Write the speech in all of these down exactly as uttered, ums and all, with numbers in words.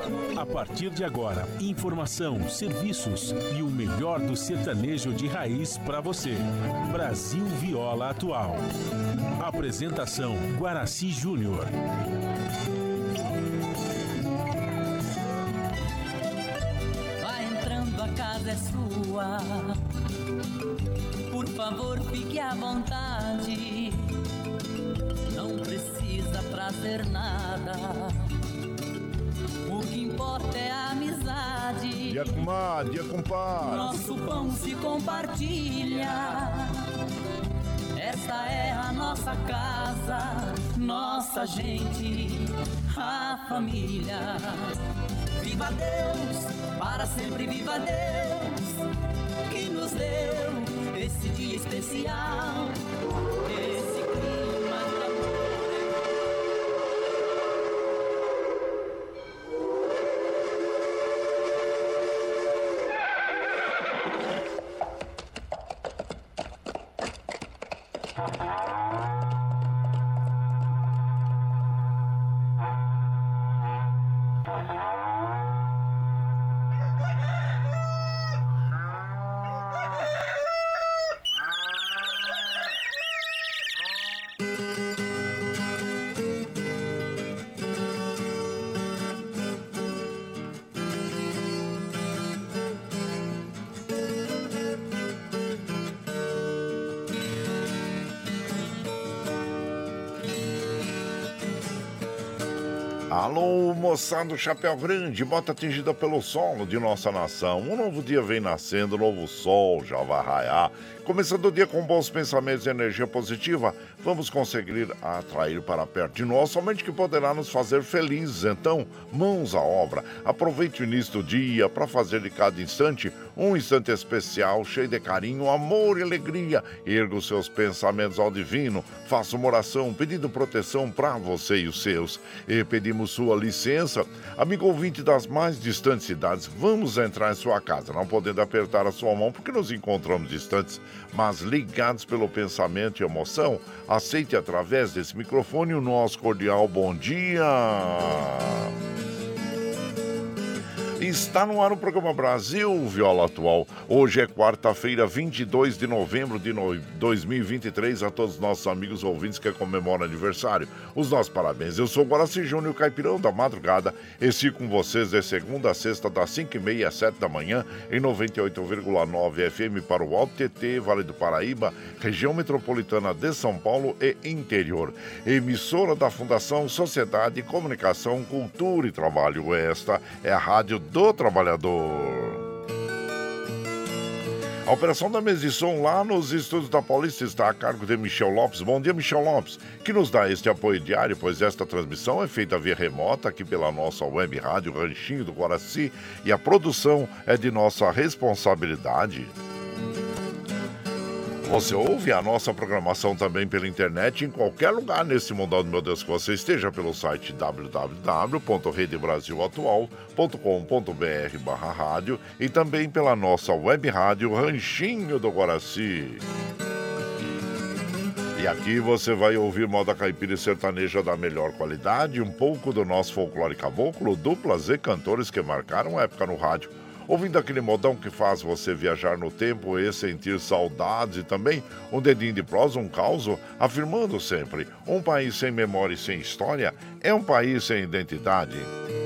A partir de agora, informação, serviços e o melhor do sertanejo de raiz para você. Brasil Viola Atual. Apresentação Guaraci Júnior. Vai entrando, a casa é sua. Por favor, fique à vontade. Não precisa trazer nada. O que importa é a amizade. Dia comadre, dia compadre. Nosso pão se compartilha. Esta é a nossa casa, nossa gente, a família. Viva Deus, para sempre viva Deus, que nos deu esse dia especial, esse clima de amor. Alô, moçada do Chapéu Grande, bota atingida pelo solo de nossa nação. Um novo dia vem nascendo, um novo sol já vai raiar. Começando o dia com bons pensamentos e energia positiva, vamos conseguir atrair para perto de nós somente que poderá nos fazer felizes. Então, mãos à obra. Aproveite o início do dia para fazer de cada instante um instante especial, cheio de carinho, amor e alegria. Erga os seus pensamentos ao divino, faça uma oração pedindo proteção para você e os seus. E pedimos sua licença, amigo ouvinte das mais distantes cidades, vamos entrar em sua casa, não podendo apertar a sua mão porque nos encontramos distantes, mas ligados pelo pensamento e emoção. Aceite através desse microfone o nosso cordial bom dia. Está no ar o programa Brasil Viola Atual. Hoje é quarta-feira, vinte e dois de novembro de dois mil e vinte e três. A todos os nossos amigos ouvintes que comemoram aniversário, os nossos parabéns. Eu sou o Guaraci Júnior, caipirão da madrugada. Estive com vocês de segunda a sexta, das cinco e meia às sete da manhã, em noventa e oito vírgula nove F M para o Alto Tietê, Vale do Paraíba, região metropolitana de São Paulo e interior. Emissora da Fundação Sociedade, Comunicação, Cultura e Trabalho. Esta é a Rádio do Trabalhador. A operação da mesa de som lá nos estúdios da Paulista está a cargo de Michel Lopes. Bom dia, Michel Lopes, que nos dá este apoio diário, pois esta transmissão é feita via remota aqui pela nossa web rádio Ranchinho do Guaraci e a produção é de nossa responsabilidade. Você ouve a nossa programação também pela internet em qualquer lugar nesse mundão do meu Deus que você esteja, pelo site w w w ponto rede brasil atual ponto com ponto b r barra rádio e também pela nossa web rádio Ranchinho do Guaraci. E aqui você vai ouvir moda caipira e sertaneja da melhor qualidade, um pouco do nosso folclore caboclo, duplas e cantores que marcaram época no rádio. Ouvindo aquele modão que faz você viajar no tempo e sentir saudades e também um dedinho de prosa, um caos, afirmando sempre, um país sem memória e sem história é um país sem identidade.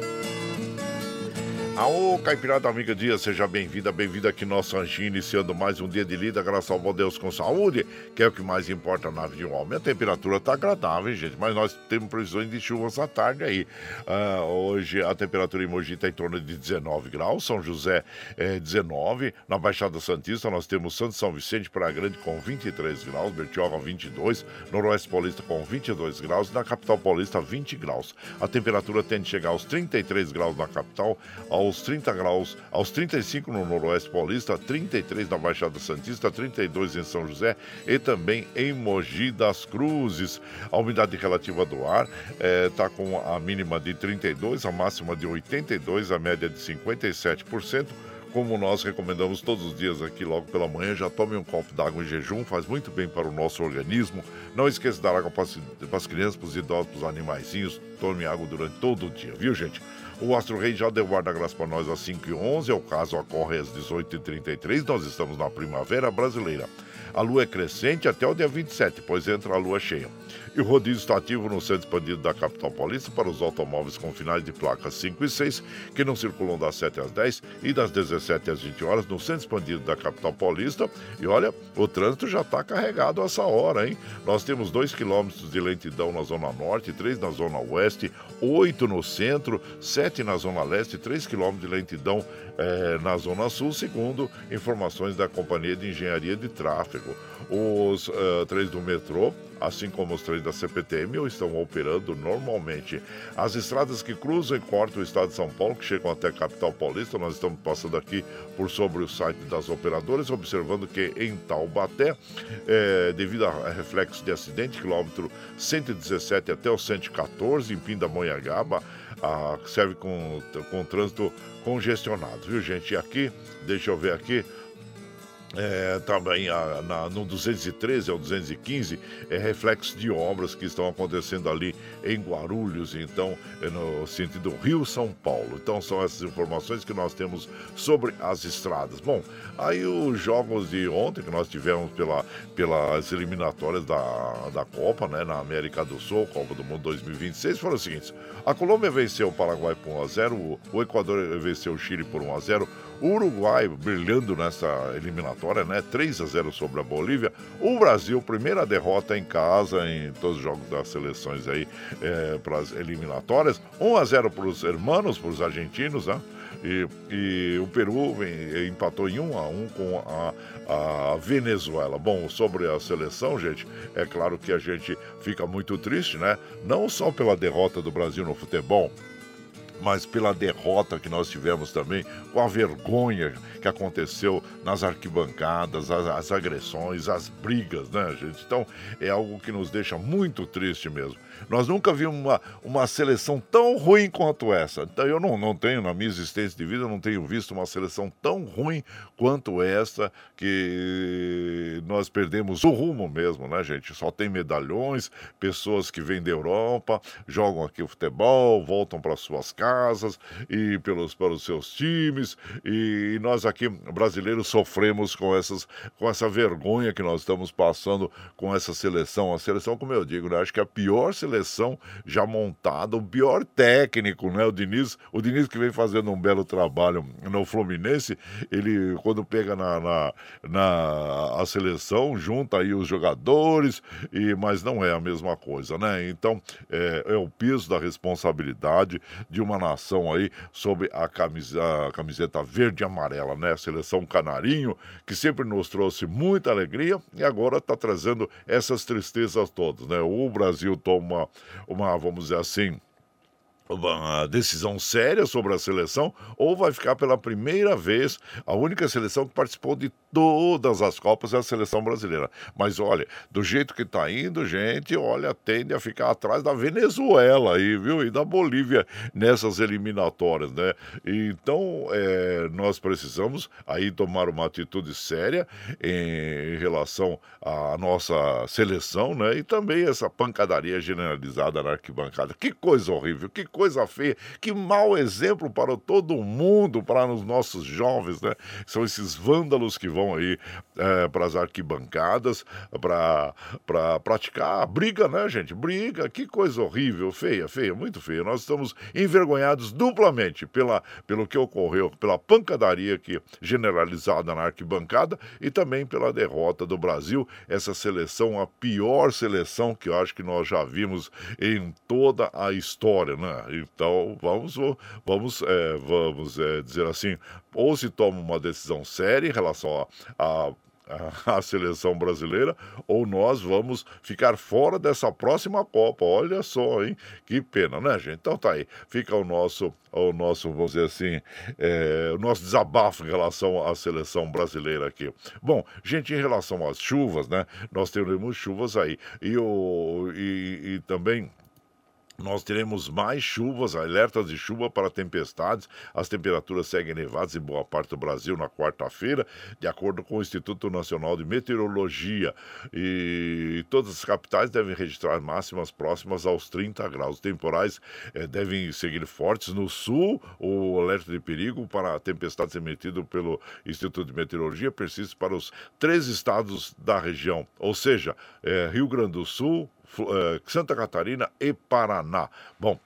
Aô, Caipirada Amiga Dia, seja bem-vinda, bem-vinda aqui no nosso ranchinho, iniciando mais um dia de lida, graças ao bom Deus com saúde, que é o que mais importa na vida de um homem. A temperatura tá agradável, hein, gente, mas nós temos previsões de chuvas à tarde aí. Uh, hoje a temperatura em Mogi está em torno de dezenove graus, São José é dezenove, na Baixada Santista nós temos Santo São Vicente, Praia Grande com vinte e três graus, Bertioga vinte e dois, Noroeste Paulista com vinte e dois graus, na Capital Paulista vinte graus. A temperatura tende a chegar aos trinta e três graus na capital, ao aos trinta graus, aos trinta e cinco no Noroeste Paulista, trinta e três na Baixada Santista, trinta e dois em São José e também em Mogi das Cruzes. A umidade relativa do ar está é, com a mínima de trinta e dois, a máxima de oitenta e dois, a média de cinquenta e sete por cento. Como nós recomendamos todos os dias aqui logo pela manhã, já tome um copo d'água em jejum, faz muito bem para o nosso organismo. Não esqueça de dar água para as crianças, para os idosos, para os animaizinhos. Tome água durante todo o dia, viu, gente? O Astro Rei já deu guarda-graça para nós às cinco e onze, o caso ocorre às dezoito e trinta e três, nós estamos na primavera brasileira. A lua é crescente até o dia vinte e sete, pois entra a lua cheia. E o rodízio está ativo no centro expandido da capital paulista para os automóveis com finais de placas cinco e seis, que não circulam das sete às dez e das dezessete às vinte horas no centro expandido da capital paulista. E olha, o trânsito já está carregado a essa hora, hein? Nós temos dois quilômetros de lentidão na zona norte, três na zona oeste, oito no centro, sete na zona leste, três quilômetros de lentidão eh, na zona sul, segundo informações da Companhia de Engenharia de Tráfego. Os uh, trens do metrô, assim como os trens da C P T M, estão operando normalmente. As estradas que cruzam e cortam o estado de São Paulo, que chegam até a capital paulista, nós estamos passando aqui por sobre o site das operadoras, observando que em Taubaté, é, devido a reflexo de acidente, quilômetro cento e dezessete até o cento e quatorze, em Pindamonhangaba, a, serve com, com trânsito congestionado, viu, gente? E aqui, deixa eu ver aqui, É, também a, na, no duzentos e treze ao duzentos e quinze é reflexo de obras que estão acontecendo ali em Guarulhos, então é no sentido Rio-São Paulo. Então são essas informações que nós temos sobre as estradas. Bom, aí os jogos de ontem que nós tivemos pela, pelas eliminatórias da, da Copa, né, na América do Sul, Copa do Mundo dois mil e vinte e seis, foram os seguintes: a Colômbia venceu o Paraguai por um a zero, o, o Equador venceu o Chile por um a zero, o Uruguai brilhando nessa eliminatória, né? três a zero sobre a Bolívia. O Brasil, primeira derrota em casa em todos os jogos das seleções aí é, para as eliminatórias. um a zero para os hermanos, para os argentinos, né? E, e o Peru vem, empatou em um a um com a, a Venezuela. Bom, sobre a seleção, gente, é claro que a gente fica muito triste, né? Não só pela derrota do Brasil no futebol, mas pela derrota que nós tivemos também, com a vergonha que aconteceu nas arquibancadas, as, as agressões, as brigas, né, gente? Então, é algo que nos deixa muito triste mesmo. Nós nunca vimos uma, uma seleção tão ruim quanto essa. Então, eu não, não tenho, na minha existência de vida, eu não tenho visto uma seleção tão ruim quanto essa, que nós perdemos o rumo mesmo, né, gente? Só tem medalhões, pessoas que vêm da Europa, jogam aqui o futebol, voltam para suas casas e pelos, pelos seus times, e nós aqui, brasileiros, sofremos com, essas, com essa vergonha que nós estamos passando com essa seleção. A seleção, como eu digo, né, acho que é a pior seleção já montada, o pior técnico, né, o Diniz, o Diniz que vem fazendo um belo trabalho no Fluminense. Ele, quando pega na, na, na a seleção, junta aí os jogadores, e, mas não é a mesma coisa, né? Então, é, é o peso da responsabilidade de uma nação aí sob a, camisa, a camiseta verde e amarela, né? A seleção canarinho, que sempre nos trouxe muita alegria e agora está trazendo essas tristezas todas, né? O Brasil toma uma, vamos dizer assim, uma decisão séria sobre a seleção, ou vai ficar pela primeira vez a única seleção que participou de todas as Copas é a seleção brasileira. Mas olha, do jeito que tá indo, gente, olha, tende a ficar atrás da Venezuela aí, viu? E da Bolívia nessas eliminatórias, né? Então, é, nós precisamos aí tomar uma atitude séria em relação à nossa seleção, né? E também essa pancadaria generalizada na arquibancada. Que coisa horrível, que coisa feia, que mau exemplo para todo mundo, para os nossos jovens, né? São esses vândalos que vão aí é, para as arquibancadas para pra praticar briga, né, gente? Briga, que coisa horrível, feia, feia, muito feia. Nós estamos envergonhados duplamente pela, pelo que ocorreu, pela pancadaria que generalizada na arquibancada e também pela derrota do Brasil, essa seleção, a pior seleção que eu acho que nós já vimos em toda a história, né? Então, vamos, vamos, é, vamos é, dizer assim, ou se toma uma decisão séria em relação a, a, a seleção brasileira, ou nós vamos ficar fora dessa próxima Copa. Olha só, hein? Que pena, né, gente? Então tá aí, fica o nosso, o nosso, vamos dizer assim, é, o nosso desabafo em relação à seleção brasileira aqui. Bom, gente, em relação às chuvas, né, nós teremos chuvas aí, e, o, e, e também Nós teremos mais chuvas, alertas de chuva para tempestades. As temperaturas seguem elevadas em boa parte do Brasil na quarta-feira, de acordo com o Instituto Nacional de Meteorologia. E todas as capitais devem registrar máximas próximas aos trinta graus. Os temporais eh, devem seguir fortes. No sul, o alerta de perigo para tempestades emitido pelo Instituto de Meteorologia persiste para os três estados da região, ou seja, eh, Rio Grande do Sul, Santa Catarina e Paraná. Bom,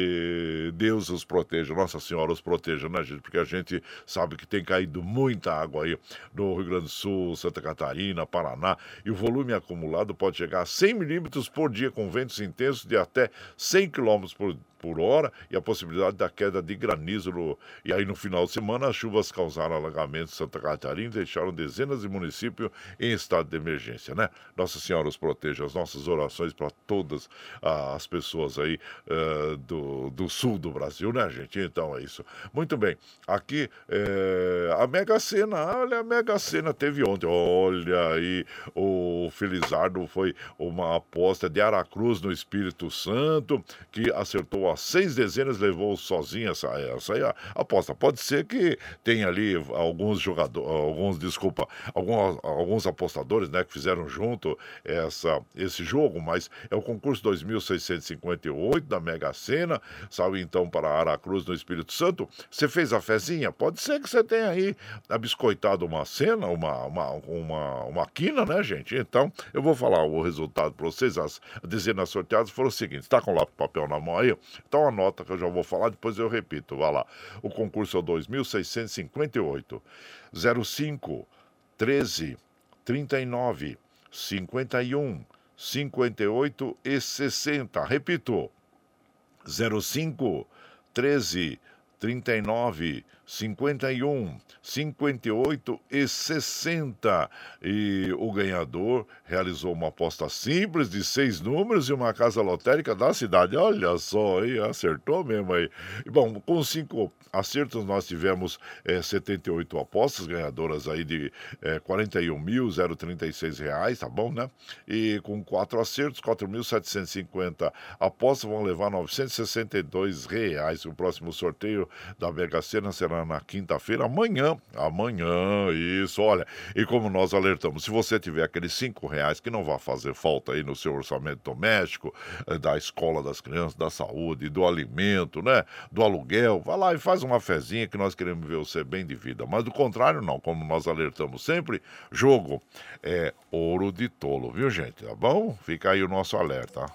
e Deus os proteja, Nossa Senhora os proteja, né, gente? Porque a gente sabe que tem caído muita água aí no Rio Grande do Sul, Santa Catarina, Paraná, e o volume acumulado pode chegar a cem milímetros por dia, com ventos intensos de até cem quilômetros por por hora e a possibilidade da queda de granizo. No... E aí, no final de semana, as chuvas causaram alagamentos em Santa Catarina e deixaram dezenas de municípios em estado de emergência, né? Nossa Senhora os proteja, as nossas orações para todas ah, as pessoas aí uh, do, do sul do Brasil, né, gente? Então é isso. Muito bem. Aqui, é... a Mega Sena, olha, a Mega Sena teve ontem, olha aí, o Felizardo foi uma aposta de Aracruz no Espírito Santo, que acertou a seis dezenas, levou sozinha essa, essa aí a aposta. Pode ser que tenha ali alguns jogadores, alguns, desculpa, alguns, alguns apostadores, né, que fizeram junto essa, esse jogo, mas é o concurso dois mil seiscentos e cinquenta e oito da Mega Sena, sabe, então, para Aracruz no Espírito Santo. Você fez a fezinha? Pode ser que você tenha aí abiscoitado uma cena, uma, uma, uma, uma quina, né, gente? Então, eu vou falar o resultado para vocês. As dezenas sorteadas foram os seguintes. Está com lápis e papel na mão aí? Então anota que eu já vou falar, depois eu repito. Vai lá. O concurso é o dois mil seiscentos e cinquenta e oito, zero cinco, treze, trinta e nove, cinquenta e um, cinquenta e oito e sessenta. Repito. zero cinco, treze, trinta e nove, cinquenta e um, cinquenta e oito e sessenta. E o ganhador realizou uma aposta simples de seis números e uma casa lotérica da cidade. Olha só, aí, acertou mesmo aí. E, bom, com cinco acertos nós tivemos é, setenta e oito apostas ganhadoras aí de é, quarenta e um mil trinta e seis reais, tá bom, né? E com quatro acertos, quatro mil setecentos e cinquenta apostas vão levar novecentos e sessenta e dois reais. O próximo sorteio da Mega Sena será na quinta-feira, amanhã, amanhã, isso, olha, e como nós alertamos, se você tiver aqueles cinco reais que não vai fazer falta aí no seu orçamento doméstico, da escola das crianças, da saúde, do alimento, né, do aluguel, vai lá e faz uma fezinha que nós queremos ver você bem de vida, mas do contrário não, como nós alertamos sempre, jogo é ouro de tolo, viu, gente, tá bom? Fica aí o nosso alerta.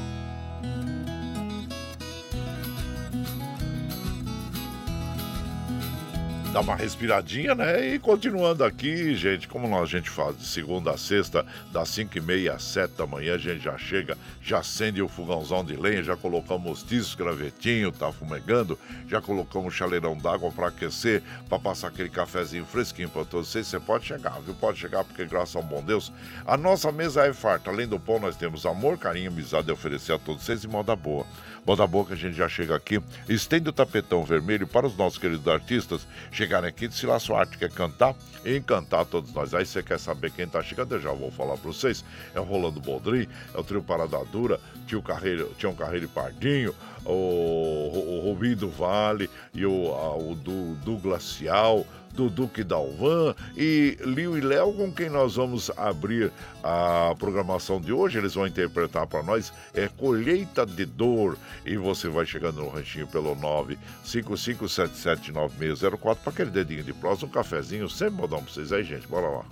Dá uma respiradinha, né? E continuando aqui, gente, como a gente faz de segunda a sexta, das cinco e meia às sete da manhã, a gente já chega, já acende o fogãozão de lenha, já colocamos tiço, gravetinho, tá fumegando, já colocamos chaleirão d'água para aquecer, para passar aquele cafezinho fresquinho para todos vocês. Você pode chegar, viu? Pode chegar, porque graças ao bom Deus, a nossa mesa é farta. Além do pão, nós temos amor, carinho, amizade a oferecer a todos vocês e moda boa. Moda boa que a gente já chega aqui, estende o tapetão vermelho para os nossos queridos artistas chegarem aqui, se lá sua arte quer cantar e encantar todos nós. Aí você quer saber quem tá chegando, eu já vou falar para vocês. É o Rolando Boldrin, é o Trio Parada Dura, tio Carreiro, Tião Carreiro e Pardinho, o, o, o Rubinho do Vale e o, a, o do, do Glacial, do Duque Dalvan e Liu e Léo, com quem nós vamos abrir a programação de hoje. Eles vão interpretar para nós é Colheita de Dor, e você vai chegando no ranchinho pelo nove cinco cinco sete sete nove seis zero quatro para aquele dedinho de prosa, um cafezinho, sempre modão para vocês aí, gente, bora lá.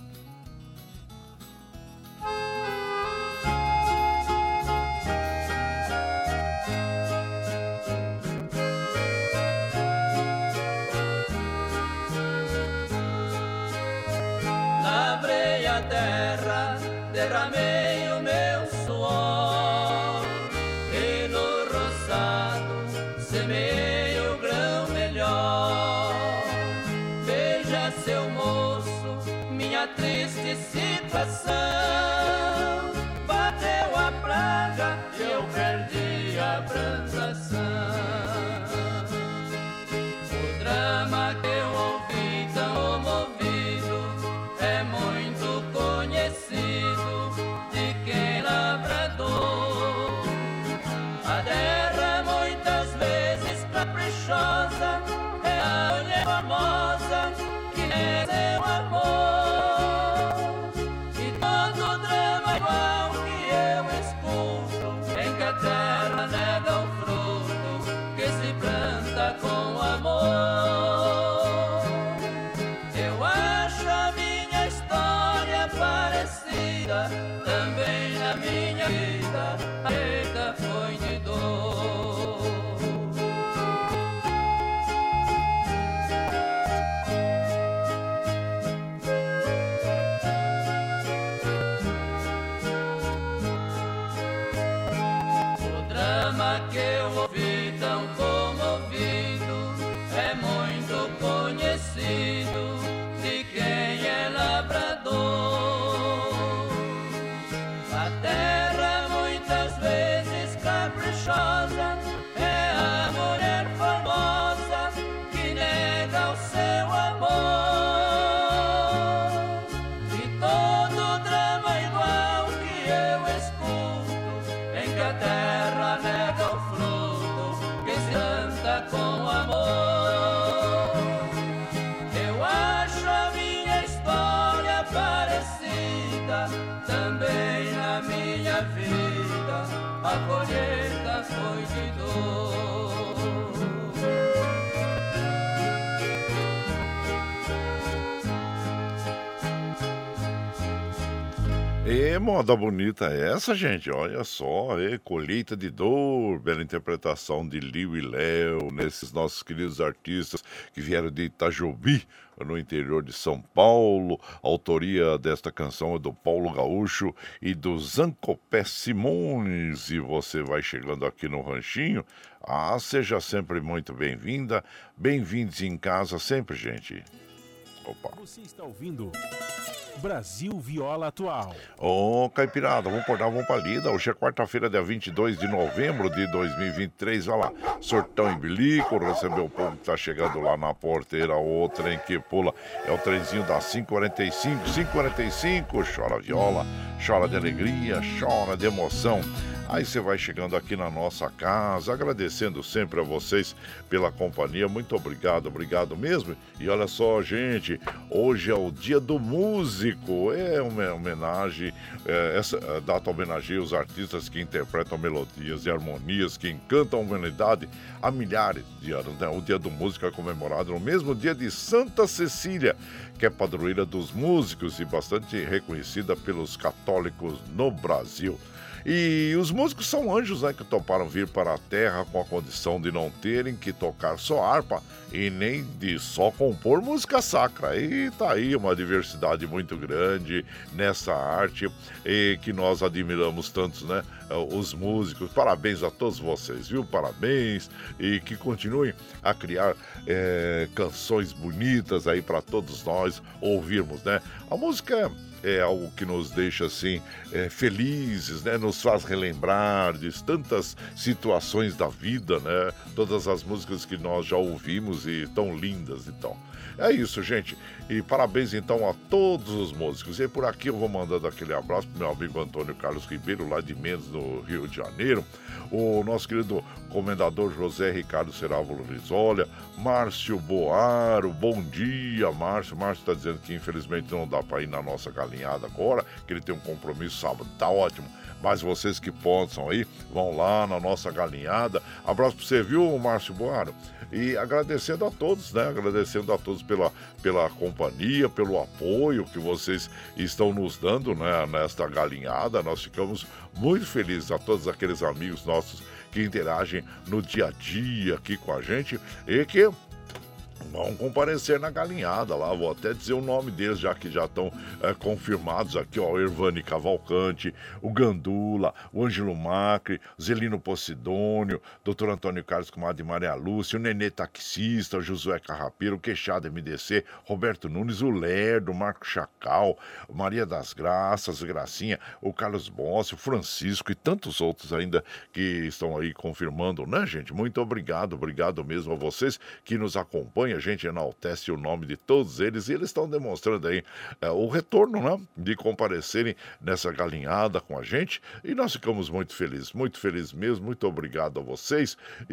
Terra, derramei o meu suor e no roçado semei o grão melhor. Veja, seu moço, minha triste situação. Bateu a praga e eu perdi a plantação. O drama que eu ouvi tão comovido é muito conhecido de quem lavrador a terra formosa que é seu amor. E todo drama igual que eu escuto, em que a terra nega o fruto que se planta com amor. Eu acho a minha história parecida, também na minha vida a perda foi de dor. O drama que eu ouvi tão comovido é muito conhecido de quem é labrador. A terra muitas vezes caprichosa é a mulher formosa que nega o seu amor. E todo drama igual que eu escuto, em que a terra nega o fruto que se planta com amor. Eu acho a minha história parecida, também na minha vida a colheita foi de dor. E moda bonita essa, gente, olha só, é, colheita de dor, bela interpretação de Liu e Léo, nesses nossos queridos artistas que vieram de Itajobi, no interior de São Paulo. A autoria desta canção é do Paulo Gaúcho e do Zancopé Simões. E você vai chegando aqui no Ranchinho, ah, seja sempre muito bem-vinda, bem-vindos em casa sempre, gente. Opa. Você está ouvindo Brasil Viola Atual. Ô, oh, Caipirada, vamos acordar, vamos pra lida. Hoje é quarta-feira, dia vinte e dois de novembro de dois mil e vinte e três. Vai lá, Sortão em Bilico, recebeu o povo que tá chegando lá na porteira. O trem que pula é o trenzinho da cinco e quarenta e cinco. cinco e quarenta e cinco, chora viola, chora de alegria, chora de emoção. Aí você vai chegando aqui na nossa casa, agradecendo sempre a vocês pela companhia. Muito obrigado, obrigado mesmo. E olha só, gente, hoje é o Dia do Músico. É uma homenagem, é, essa data homenageia os artistas que interpretam melodias e harmonias que encantam a humanidade há milhares de anos, né? O Dia do Músico é comemorado no mesmo dia de Santa Cecília, que é padroeira dos músicos e bastante reconhecida pelos católicos no Brasil. E os músicos são anjos, né, que toparam vir para a terra com a condição de não terem que tocar só harpa e nem de só compor música sacra. E tá aí uma diversidade muito grande nessa arte e que nós admiramos tantos, né, os músicos. Parabéns a todos vocês, viu? Parabéns e que continuem a criar é, canções bonitas aí para todos nós ouvirmos, né? A música é É algo que nos deixa assim é, felizes, né? Nos faz relembrar de tantas situações da vida, né? Todas as músicas que nós já ouvimos e tão lindas, então. É isso, gente. E parabéns então a todos os músicos. E por aqui eu vou mandando aquele abraço pro meu amigo Antônio Carlos Ribeiro, lá de Mendes, no Rio de Janeiro. O nosso querido comendador José Ricardo Cerávulo Risolha, Márcio Boaro, bom dia, Márcio. Márcio está dizendo que infelizmente não dá para ir na nossa galinhada agora, que ele tem um compromisso sábado, tá ótimo. Mas vocês que possam aí, vão lá na nossa galinhada. Abraço para você, viu, Márcio Boaro? E agradecendo a todos, né? Agradecendo a todos pela, pela companhia, pelo apoio que vocês estão nos dando, né? Nesta galinhada. Nós ficamos muito felizes a todos aqueles amigos nossos que interagem no dia a dia aqui com a gente e que vão comparecer na galinhada lá, vou até dizer o nome deles, já que já estão é, confirmados aqui, ó, o Ervani Cavalcante, o Gandula, o Ângelo Macri, Zelino Posidônio, doutor Antônio Carlos Comadre Maria Lúcia, o Nenê Taxista, o Josué Carrapeiro, o Queixada M D C, Roberto Nunes, o Lerdo, o Marco Chacal, Maria das Graças, Gracinha, o Carlos Bossi, o Francisco e tantos outros ainda que estão aí confirmando, né, gente? Muito obrigado, obrigado mesmo a vocês que nos acompanham a gente enaltece o nome de todos eles e eles estão demonstrando aí é, o retorno, né? De comparecerem nessa galinhada com a gente e nós ficamos muito felizes, muito felizes mesmo. Muito obrigado a vocês.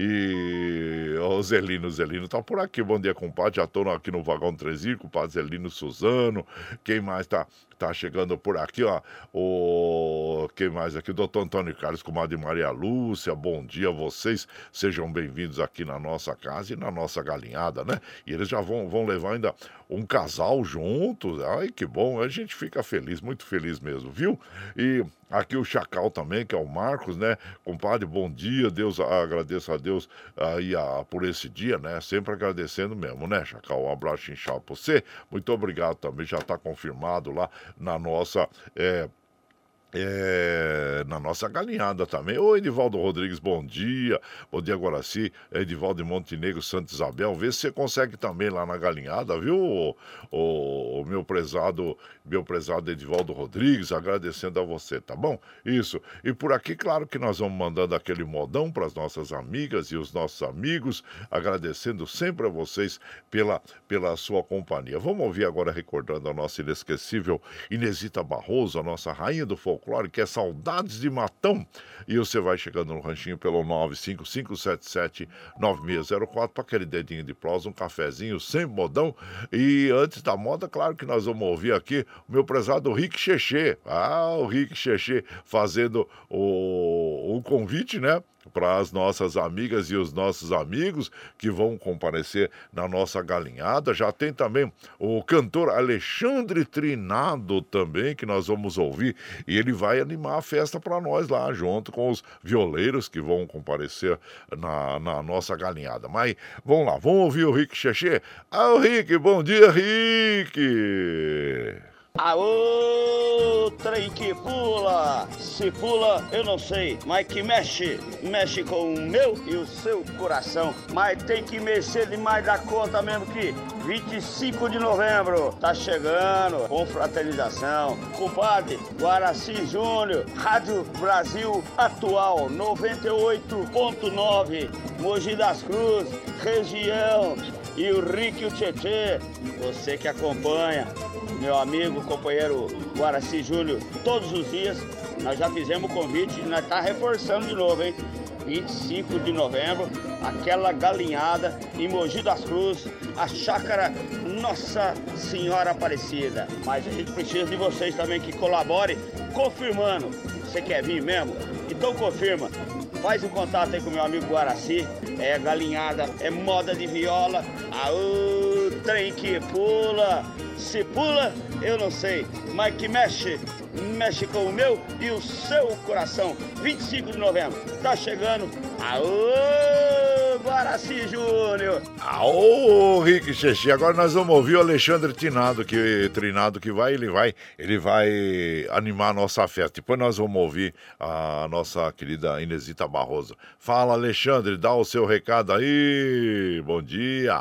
E o Zelino, o Zelino tá por aqui. Bom dia, compadre. Já estou aqui no vagão trezinho, compadre Zelino Suzano. Quem mais tá, tá chegando por aqui, ó? O... Quem mais aqui? O doutor Antônio Carlos, comadre Maria Lúcia. Bom dia a vocês. Sejam bem-vindos aqui na nossa casa e na nossa galinhada, né? E eles já vão, vão levar ainda um casal juntos. Ai, que bom. A gente fica feliz, muito feliz mesmo, viu? E aqui o Chacal também, que é o Marcos, né? Compadre, bom dia. Deus, agradeço a Deus aí a, por esse dia, né? Sempre agradecendo mesmo, né, Chacal? Um abraço inchado pra você. Muito obrigado também. Já tá confirmado lá na nossa. É, É, na nossa galinhada também. Ô, Edivaldo Rodrigues, bom dia. Bom dia, Guaraci. Edivaldo de Montenegro, Santa Isabel. Vê se você consegue também lá na galinhada, viu? O, o, o meu prezado, meu prezado Edivaldo Rodrigues, agradecendo a você, tá bom? Isso. E por aqui, claro que nós vamos mandando aquele modão para as nossas amigas e os nossos amigos, agradecendo sempre a vocês pela, pela sua companhia. Vamos ouvir agora, recordando a nossa inesquecível Inesita Barroso, a nossa rainha do folclore, que é Saudades de Matão. E você vai chegando no ranchinho pelo nove cinco cinco sete sete nove seis zero quatro para aquele dedinho de prosa, um cafezinho sem modão. E antes da moda, claro que nós vamos ouvir aqui o meu prezado Rick Chechê. Ah, o Rick Chechê fazendo o, o convite, né? Para as nossas amigas e os nossos amigos que vão comparecer na nossa galinhada. Já tem também o cantor Alexandre Trinado também, que nós vamos ouvir, e ele vai animar a festa para nós lá, junto com os violeiros que vão comparecer na, na nossa galinhada. Mas vamos lá, vamos ouvir o Rick Chechê. Ah, o Rick, bom dia, Rick! Aô, trem que pula, se pula eu não sei, mas que mexe, mexe com o meu e o seu coração. Mas tem que mexer demais da conta mesmo que vinte e cinco de novembro tá chegando, com fraternização. Compadre, Guaraci Júnior, Rádio Brasil Atual, noventa e oito ponto nove, Mogi das Cruzes, região, e o Rick e o Tchê, você que acompanha, meu amigo, companheiro Guaraci Júnior, todos os dias, nós já fizemos o convite e nós tá reforçando de novo, hein? vinte e cinco de novembro, aquela galinhada em Mogi das Cruzes, a chácara Nossa Senhora Aparecida. Mas a gente precisa de vocês também que colaborem, confirmando. Você quer vir mesmo? Então confirma. Faz um contato aí com o meu amigo Guaraci. É galinhada, é moda de viola. Aô, trem que pula. Se pula, eu não sei, mas que mexe, mexe com o meu e o seu coração. vinte e cinco de novembro, tá chegando. Aô, Guaraci Júnior. Aô, Rick Chechê. Agora nós vamos ouvir o Alexandre Trinado, que, Trinado que vai, ele vai, ele vai animar a nossa festa. Depois nós vamos ouvir a nossa querida Inesita Barroso. Fala, Alexandre, dá o seu recado aí. Bom dia.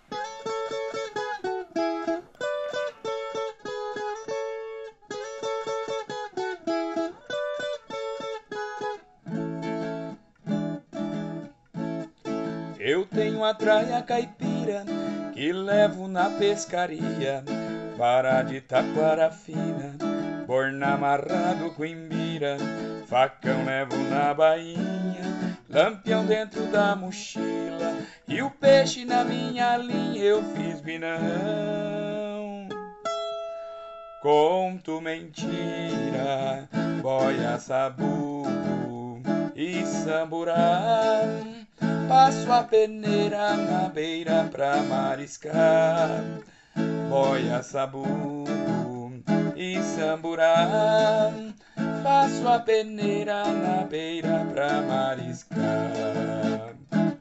Eu tenho a traia caipira que levo na pescaria, vara de taquara fina, borna amarrado com imbira, facão levo na bainha, lampião dentro da mochila e o peixe na minha linha eu fiz binão. Conto mentira, boia, sabugo e samburá, passo a peneira na beira pra mariscar, boia, sabugo e samburá, passo a peneira na beira pra mariscar.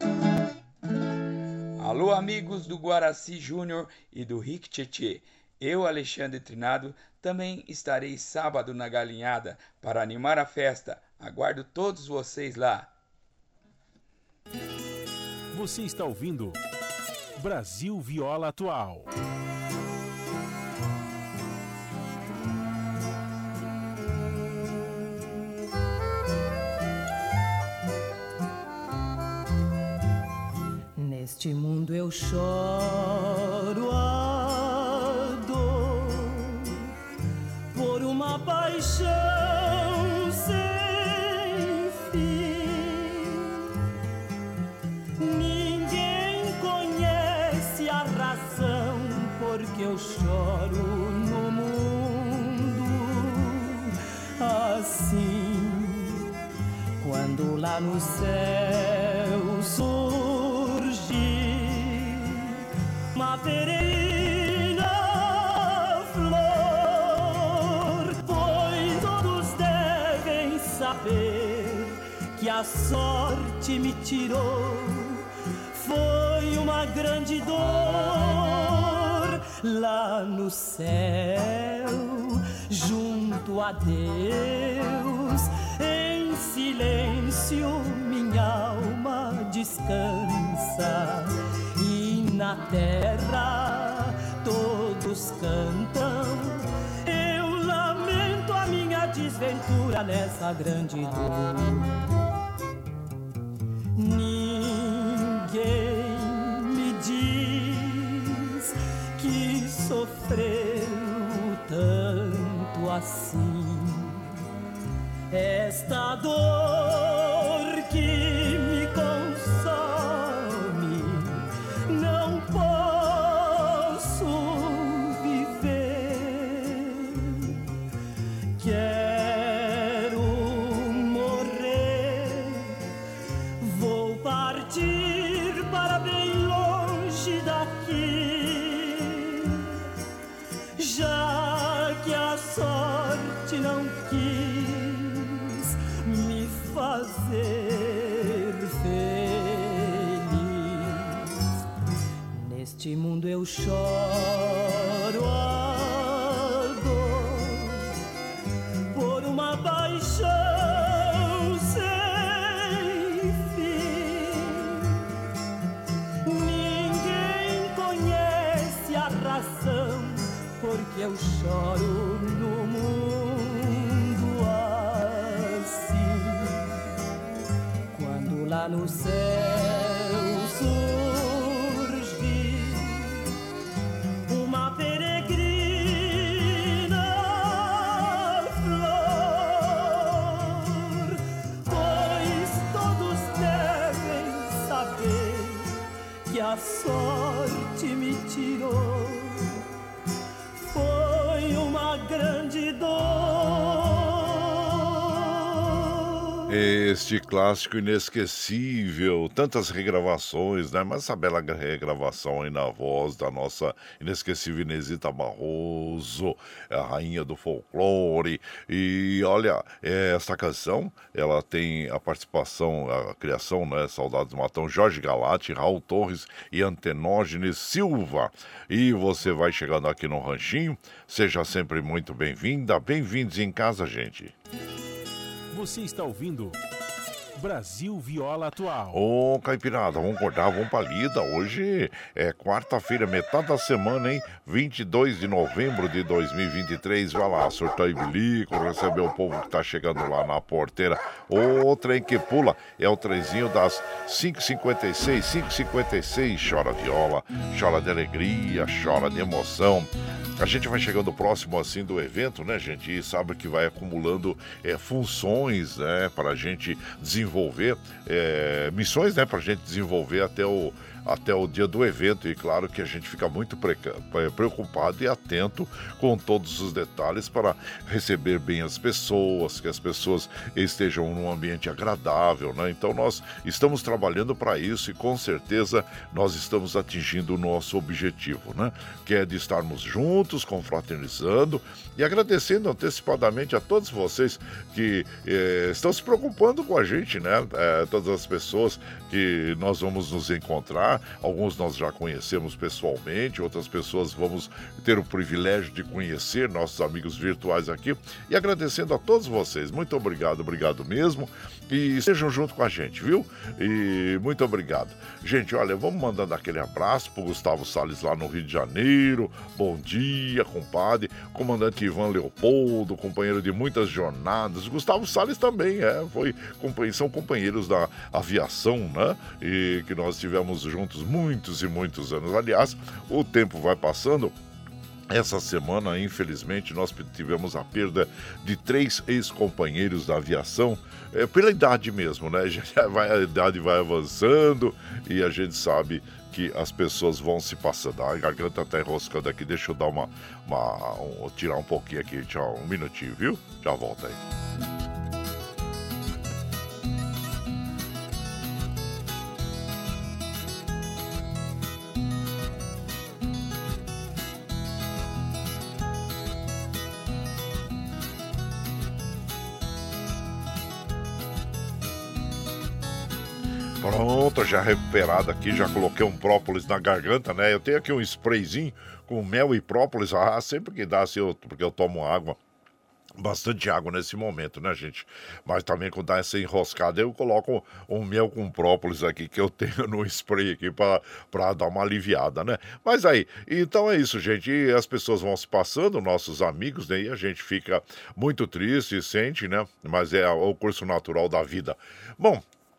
Alô, amigos do Guaraci Júnior e do Rick Tchê. Eu, Alexandre Trinado, também estarei sábado na galinhada para animar a festa. Aguardo todos vocês lá. Você está ouvindo Brasil Viola Atual. Neste Neste mundo eu choro a dor por uma paixão sem fim. Ninguém conhece a razão porque eu choro no mundo assim. Quando lá no céu surge uma peregrina flor, pois todos devem saber que a sorte me tirou. Foi uma grande dor lá no céu, junto a Deus. Em silêncio minha alma descansa e na terra todos cantam. Eu lamento a minha desventura nessa grande dor. Ninguém me diz que sofreu tanto assim. Esta dor que me consome, não posso viver. Quero morrer, vou partir para bem longe daqui, já que a sorte não quis fazer feliz. Neste mundo eu choro a dor por uma paixão sem fim. Ninguém conhece a razão porque eu choro no mundo assim. Lá no céu surge uma peregrina flor, pois todos devem saber que a sorte me tirou. Foi uma grande dor. Este clássico inesquecível, tantas regravações, né? Mas essa bela regravação aí na voz da nossa inesquecível Inesita Barroso, a rainha do folclore. E olha, essa canção, ela tem a participação, a criação, né? Saudades do Matão, Jorge Galati, Raul Torres e Antenógenes Silva. E você vai chegando aqui no Ranchinho, seja sempre muito bem-vinda, bem-vindos em casa, gente. Você está ouvindo Brasil Viola Atual. Ô, Caipirada, vamos acordar, vamos pra lida. Hoje é quarta-feira, metade da semana, hein? vinte e dois de novembro de dois mil e vinte e três. Vai lá, surtar e bilico, receber o povo que tá chegando lá na porteira. O trem que pula é o trenzinho das cinco e cinquenta e seis, cinco e cinquenta e seis. Chora viola, chora de alegria, chora de emoção. A gente vai chegando próximo assim do evento, né, gente? E sabe que vai acumulando é, funções, né, pra gente desenvolver, é, missões, né, pra gente desenvolver até o, até o dia do evento. E claro que a gente fica muito preocupado e atento com todos os detalhes para receber bem as pessoas, que as pessoas estejam num ambiente agradável, né? Então nós estamos trabalhando para isso e com certeza nós estamos atingindo o nosso objetivo, né? Que é de estarmos juntos, confraternizando e agradecendo antecipadamente a todos vocês que eh, estão se preocupando com a gente, né? Eh, todas as pessoas que nós vamos nos encontrar, alguns nós já conhecemos pessoalmente, outras pessoas vamos ter o privilégio de conhecer, nossos amigos virtuais aqui, e agradecendo a todos vocês. Muito obrigado, obrigado mesmo, e estejam junto com a gente, viu? E muito obrigado. Gente, olha, vamos mandando aquele abraço pro Gustavo Salles lá no Rio de Janeiro. Bom dia. dia, compadre. Comandante Ivan Leopoldo, companheiro de muitas jornadas. Gustavo Salles também, é, foi, são companheiros da aviação, né? E que nós tivemos juntos muitos e muitos anos. Aliás, o tempo vai passando. Essa semana, infelizmente, nós tivemos a perda de três ex-companheiros da aviação, é, pela idade mesmo, né? Já vai, a idade vai avançando e a gente sabe que as pessoas vão se passando. A garganta tá enroscando aqui, deixa eu dar uma, uma um, tirar um pouquinho aqui, tchau, um minutinho, viu? Já volta aí. Pronto, já recuperado aqui, já coloquei um própolis na garganta, né? Eu tenho aqui um sprayzinho com mel e própolis, ah, sempre que dá, assim, eu, porque eu tomo água, bastante água nesse momento, né, gente? Mas também quando dá essa enroscada, eu coloco um mel com própolis aqui, que eu tenho no spray aqui para dar uma aliviada, né? Mas aí, então é isso, gente, e as pessoas vão se passando, nossos amigos, né? E a gente fica muito triste, sente, né? Mas é o curso natural da vida. Bom,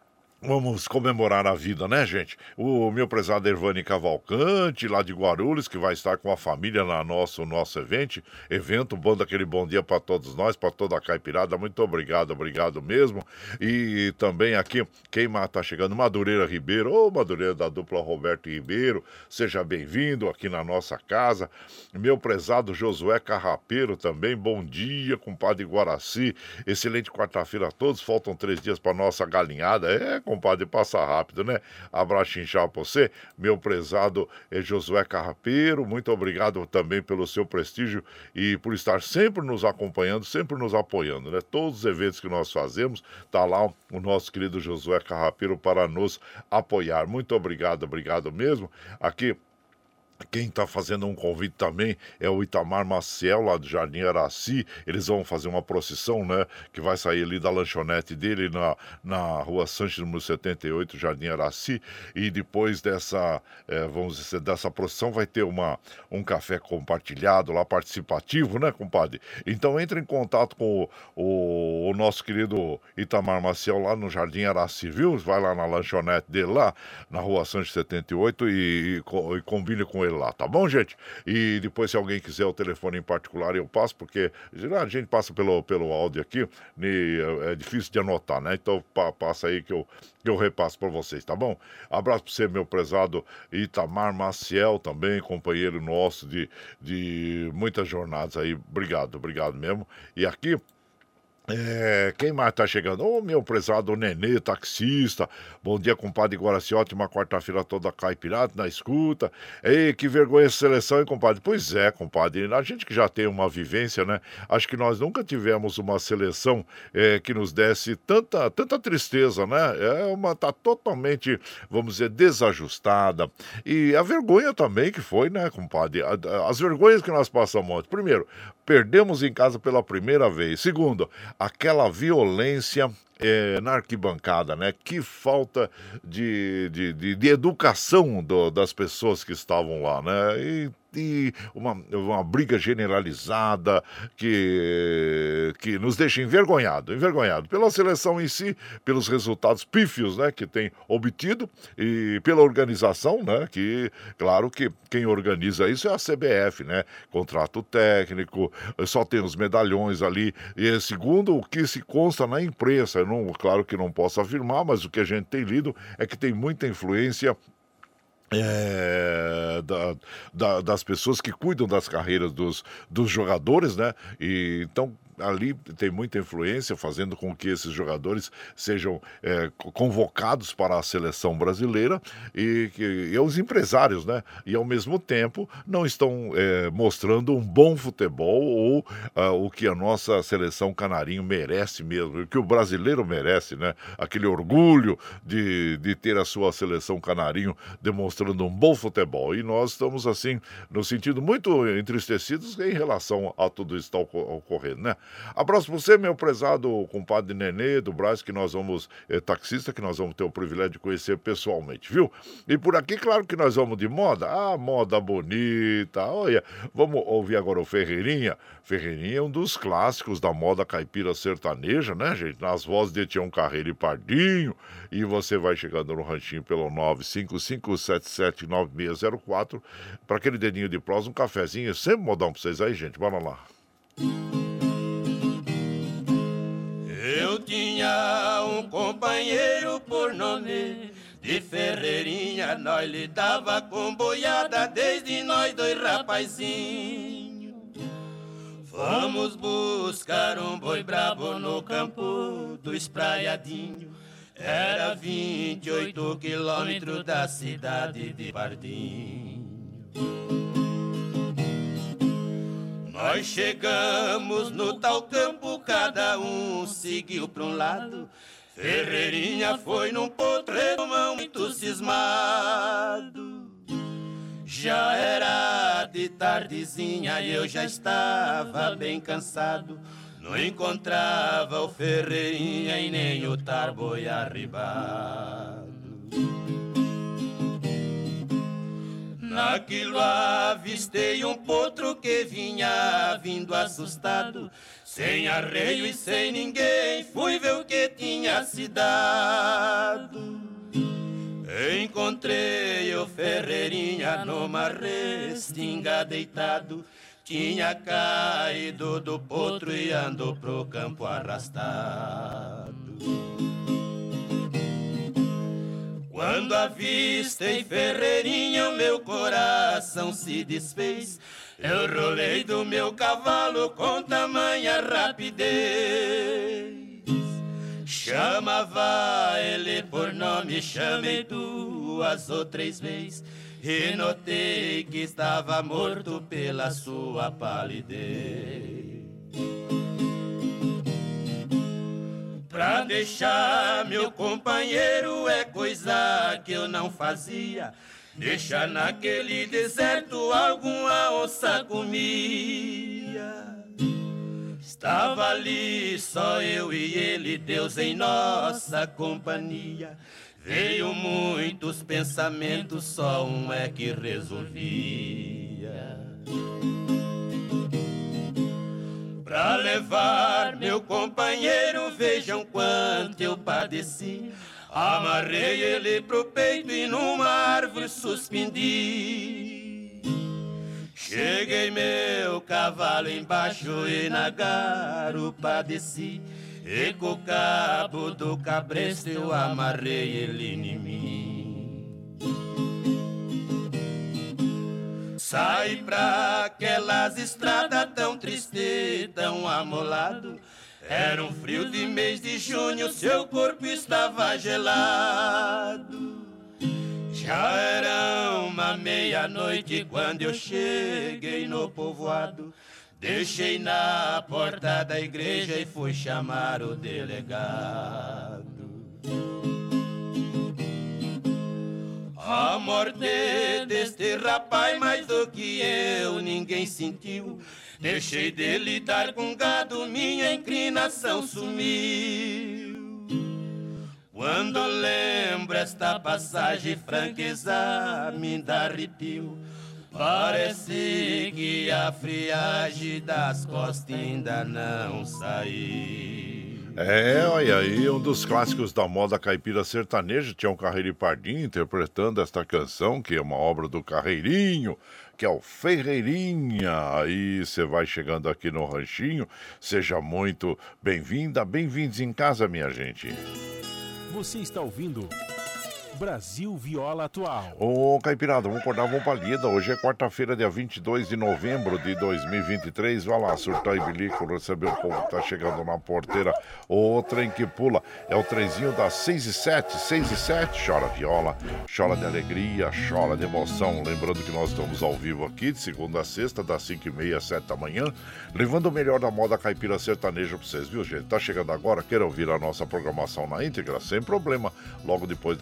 vamos comemorar a vida, né, gente? O meu prezado Ervani Cavalcante, lá de Guarulhos, que vai estar com a família na nosso nosso evento, evento, bom daquele bom dia para todos nós, para toda a caipirada. Muito obrigado, obrigado mesmo. E também aqui, quem tá chegando, Madureira Ribeiro, ô Madureira da dupla Roberto Ribeiro, seja bem-vindo aqui na nossa casa. Meu prezado Josué Carrapeiro também, bom dia, compadre Guaraci. Excelente quarta-feira a todos, faltam três dias para nossa galinhada. É, compadre, passa rápido, né? Abraço inchado pra você, meu prezado eh, Josué Carrapeiro, muito obrigado também pelo seu prestígio e por estar sempre nos acompanhando, sempre nos apoiando, né? Todos os eventos que nós fazemos, tá lá o nosso querido Josué Carrapeiro para nos apoiar. Muito obrigado, obrigado mesmo. Aqui, quem está fazendo um convite também é o Itamar Maciel, lá do Jardim Araci. Eles vão fazer uma procissão, né? Que vai sair ali da lanchonete dele na, na rua Sanches, número setenta e oito, Jardim Araci. E depois dessa, é, vamos dizer, dessa procissão vai ter uma, um café compartilhado lá, participativo, né, compadre? Então entre em contato com o, o, o nosso querido Itamar Maciel lá no Jardim Araci, viu? Vai lá na lanchonete dele lá, na rua Sanches setenta e oito e, e, e combine com ele lá, tá bom, gente? E depois, se alguém quiser o telefone em particular, eu passo, porque a gente passa pelo, pelo áudio aqui, e é difícil de anotar, né? Então pa, passa aí que eu, que eu repasso para vocês, tá bom? Abraço para você, meu prezado Itamar Maciel, também, companheiro nosso de, de muitas jornadas aí. Obrigado, obrigado mesmo. E aqui, É, quem mais tá chegando? Ô, meu prezado Nenê, taxista. Bom dia, compadre Guaraci. Ótima quarta-feira toda caipirata na escuta. Ei, que vergonha essa seleção, hein, compadre? Pois é, compadre. A gente que já tem uma vivência, né? Acho que nós nunca tivemos uma seleção é, que nos desse tanta, tanta tristeza, né? É uma, tá totalmente, vamos dizer, desajustada. E a vergonha também que foi, né, compadre? As vergonhas que nós passamos ontem. Primeiro, perdemos em casa pela primeira vez. Segundo, aquela violência é, na arquibancada, né? Que falta de, de, de, de educação do, das pessoas que estavam lá, né? E, e uma, uma briga generalizada que, que nos deixa envergonhado, envergonhado pela seleção em si, pelos resultados pífios, né, que tem obtido e pela organização, né, que, claro que quem organiza isso é a C B F, né, contrato técnico, só tem os medalhões ali, e segundo o que se consta na imprensa, eu não, claro que não posso afirmar, mas o que a gente tem lido é que tem muita influência É, da, da, das pessoas que cuidam das carreiras dos, dos jogadores, né? E então ali tem muita influência, fazendo com que esses jogadores sejam é, convocados para a seleção brasileira e, que, e os empresários, né? E ao mesmo tempo não estão é, mostrando um bom futebol ou uh, o que a nossa seleção canarinho merece mesmo, o que o brasileiro merece, né? Aquele orgulho de, de ter a sua seleção canarinho demonstrando um bom futebol. E nós estamos assim, no sentido muito entristecidos em relação a tudo isso que está ocorrendo, né? Abraço pra você, meu prezado compadre Nenê, do Brás, que nós vamos, é, taxista, que nós vamos ter o privilégio de conhecer pessoalmente, viu? E por aqui, claro que nós vamos de moda. Ah, moda bonita, olha. Vamos ouvir agora o Ferreirinha. Ferreirinha é um dos clássicos da moda caipira sertaneja, né, gente? Nas vozes de Tião Carreiro e Pardinho. E você vai chegando no ranchinho pelo nove cinco cinco sete sete nove seis zero quatro para aquele dedinho de prosa, um cafezinho. Sempre modão pra vocês aí, gente. Bora lá. Eu tinha um companheiro por nome de Ferreirinha, nós lidava com boiada desde nós dois rapazinhos. Vamos buscar um boi brabo no campo do espraiadinho. Era vinte e oito quilômetros da cidade de Pardinho. Nós chegamos no tal campo, cada um seguiu para um lado. Ferreirinha foi num potreiro muito cismado. Já era de tardezinha e eu já estava bem cansado. Não encontrava o Ferreirinha e nem o Tarboi arribado. Naquilo avistei um potro que vinha vindo assustado. Sem arreio e sem ninguém, fui ver o que tinha se dado. Encontrei o Ferreirinha numa restinga deitado. Tinha caído do potro e andou pro campo arrastado. Quando avistei Ferreirinha, o meu coração se desfez. Eu rolei do meu cavalo com tamanha rapidez. Chamava ele por nome, chamei duas ou três vezes. E notei que estava morto pela sua palidez. Pra deixar meu companheiro é coisa que eu não fazia. Deixar naquele deserto alguma onça comia. Estava ali só eu e ele, Deus em nossa companhia. Veio muitos pensamentos, só um é que resolvia. Pra levar meu companheiro, vejam quanto eu padeci. Amarrei ele pro peito e numa árvore suspendi. Cheguei meu cavalo embaixo e na garupa desci. E com o cabo do cabresto eu amarrei ele em mim. Saí pra aquelas estradas tão triste, tão amolado. Era um frio de mês de junho, seu corpo estava gelado. Já era uma meia-noite quando eu cheguei no povoado. Deixei na porta da igreja e fui chamar o delegado. A morte deste rapaz mais do que eu ninguém sentiu. Deixei de lidar com gado, minha inclinação sumiu. Quando lembro esta passagem, franqueza me dá arrepio. Parece que a friagem das costas ainda não saiu. É, olha aí, um dos clássicos da moda caipira sertaneja, Tião Carreiro e Pardinho, interpretando esta canção, que é uma obra do Carreirinho, que é o Ferreirinha. Aí você vai chegando aqui no ranchinho, seja muito bem-vinda, bem-vindos em casa, minha gente. Você está ouvindo Brasil Viola Atual. Ô, Caipirada, vamos acordar, vamos pra lida. Hoje é quarta-feira, dia vinte e dois de novembro de dois mil e vinte e três. Vai lá, surtar e bilico, receber o povo que tá chegando na porteira. O trem que pula é o trenzinho das seis e sete, seis e sete. Chora viola, chora de alegria, chora de emoção. Lembrando que nós estamos ao vivo aqui, de segunda a sexta, das cinco e meia às sete da manhã, levando o melhor da moda caipira sertaneja pra vocês, viu, gente? Tá chegando agora, quer ouvir a nossa programação na íntegra? Sem problema. Logo depois das sete,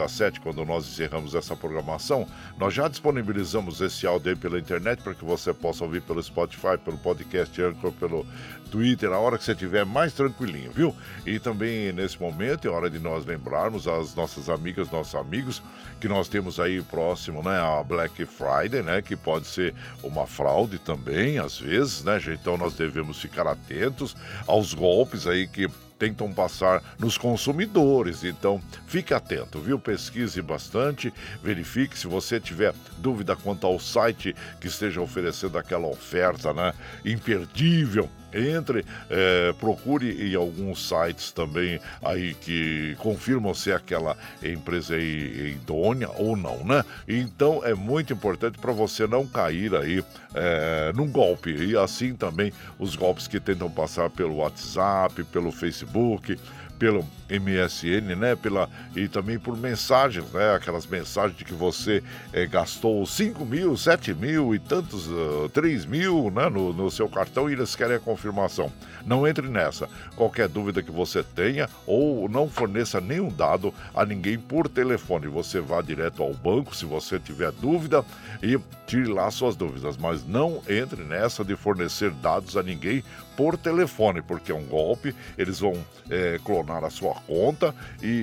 quando nós encerramos essa programação, nós já disponibilizamos esse áudio aí pela internet para que você possa ouvir pelo Spotify, pelo podcast Anchor, pelo Twitter, a hora que você estiver mais tranquilinho, viu? E também nesse momento é hora de nós lembrarmos as nossas amigas, nossos amigos, que nós temos aí próximo, né, a Black Friday, né, que pode ser uma fraude também, às vezes, né, gente? Então nós devemos ficar atentos aos golpes aí que tentam passar nos consumidores. Então, fique atento, viu? Pesquise bastante, verifique. Se você tiver dúvida quanto ao site que esteja oferecendo aquela oferta, né, imperdível, entre, é, procure em alguns sites também aí que confirmam se aquela empresa é idônea ou não, né? Então é muito importante para você não cair aí é, num golpe. E assim também os golpes que tentam passar pelo WhatsApp, pelo Facebook, pelo M S N, né? Pela, e também por mensagens, né? Aquelas mensagens de que você é, gastou cinco mil, sete mil e tantos, uh, três mil, né? No, no seu cartão e eles querem a confirmação. Não entre nessa. Qualquer dúvida que você tenha ou não forneça nenhum dado a ninguém por telefone. Você vá direto ao banco se você tiver dúvida e tire lá suas dúvidas. Mas não entre nessa de fornecer dados a ninguém por telefone, porque é um golpe. Eles vão é, clonar a sua conta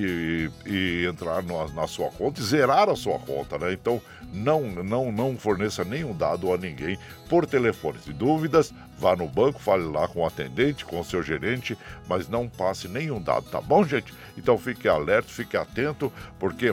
e, e, e entrar no, na sua conta e zerar a sua conta, né? Então não, não, não forneça nenhum dado a ninguém por telefone. Se dúvidas, vá no banco, fale lá com o atendente, com o seu gerente, mas não passe nenhum dado, tá bom, gente? Então fique alerta, fique atento, porque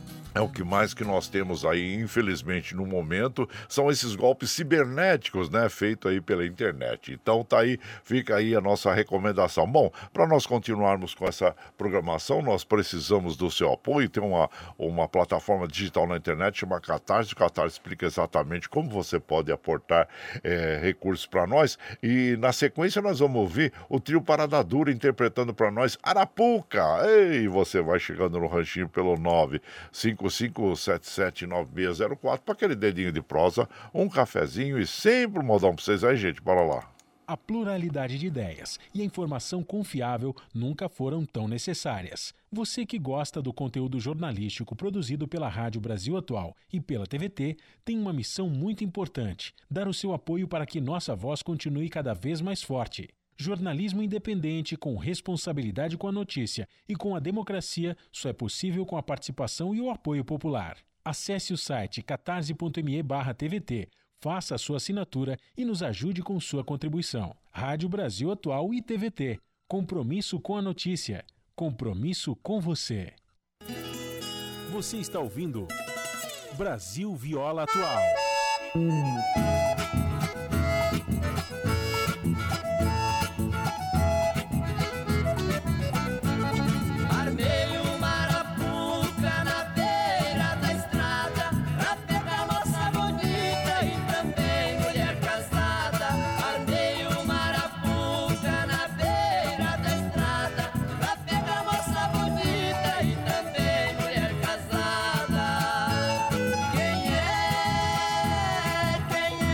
é o que mais que nós temos aí, infelizmente, no momento, são esses golpes cibernéticos, né, feitos aí pela internet. Então tá aí, fica aí a nossa recomendação. Bom, para nós continuarmos com essa programação, nós precisamos do seu apoio. Tem uma, uma plataforma digital na internet chamada Catarse. O Catarse explica exatamente como você pode aportar é, recursos para nós. E na sequência nós vamos ouvir o trio Parada Dura interpretando para nós Arapuca. Ei, você vai chegando no ranchinho pelo nove cinco cinco sete sete nove seis zero quatro para aquele dedinho de prosa, um cafezinho e sempre um modão para vocês aí, gente. Bora lá. A pluralidade de ideias e a informação confiável nunca foram tão necessárias. Você que gosta do conteúdo jornalístico produzido pela Rádio Brasil Atual e pela T V T tem uma missão muito importante: dar o seu apoio para que nossa voz continue cada vez mais forte. Jornalismo independente, com responsabilidade com a notícia e com a democracia, só é possível com a participação e o apoio popular. Acesse o site catarse.me barra TVT, faça a sua assinatura e nos ajude com sua contribuição. Rádio Brasil Atual e T V T. Compromisso com a notícia. Compromisso com você. Você está ouvindo Brasil Viola Atual. Quem é? Quem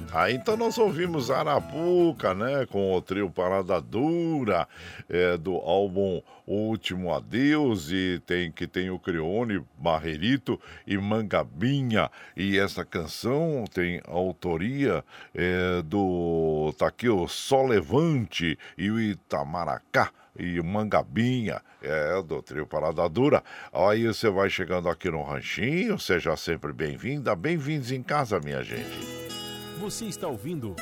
Aí então nós ouvimos Arapuca, né? Com o trio Parada Dura, é, do álbum O Último Adeus, e tem que tem o Creone, Barrerito e Mangabinha. E essa canção tem autoria é, do tá aqui o Sol Levante e o Itamaracá e o Mangabinha, é, do trio Parada Dura. Aí você vai chegando aqui no Ranchinho, seja sempre bem-vinda, bem-vindos em casa, minha gente. Você está ouvindo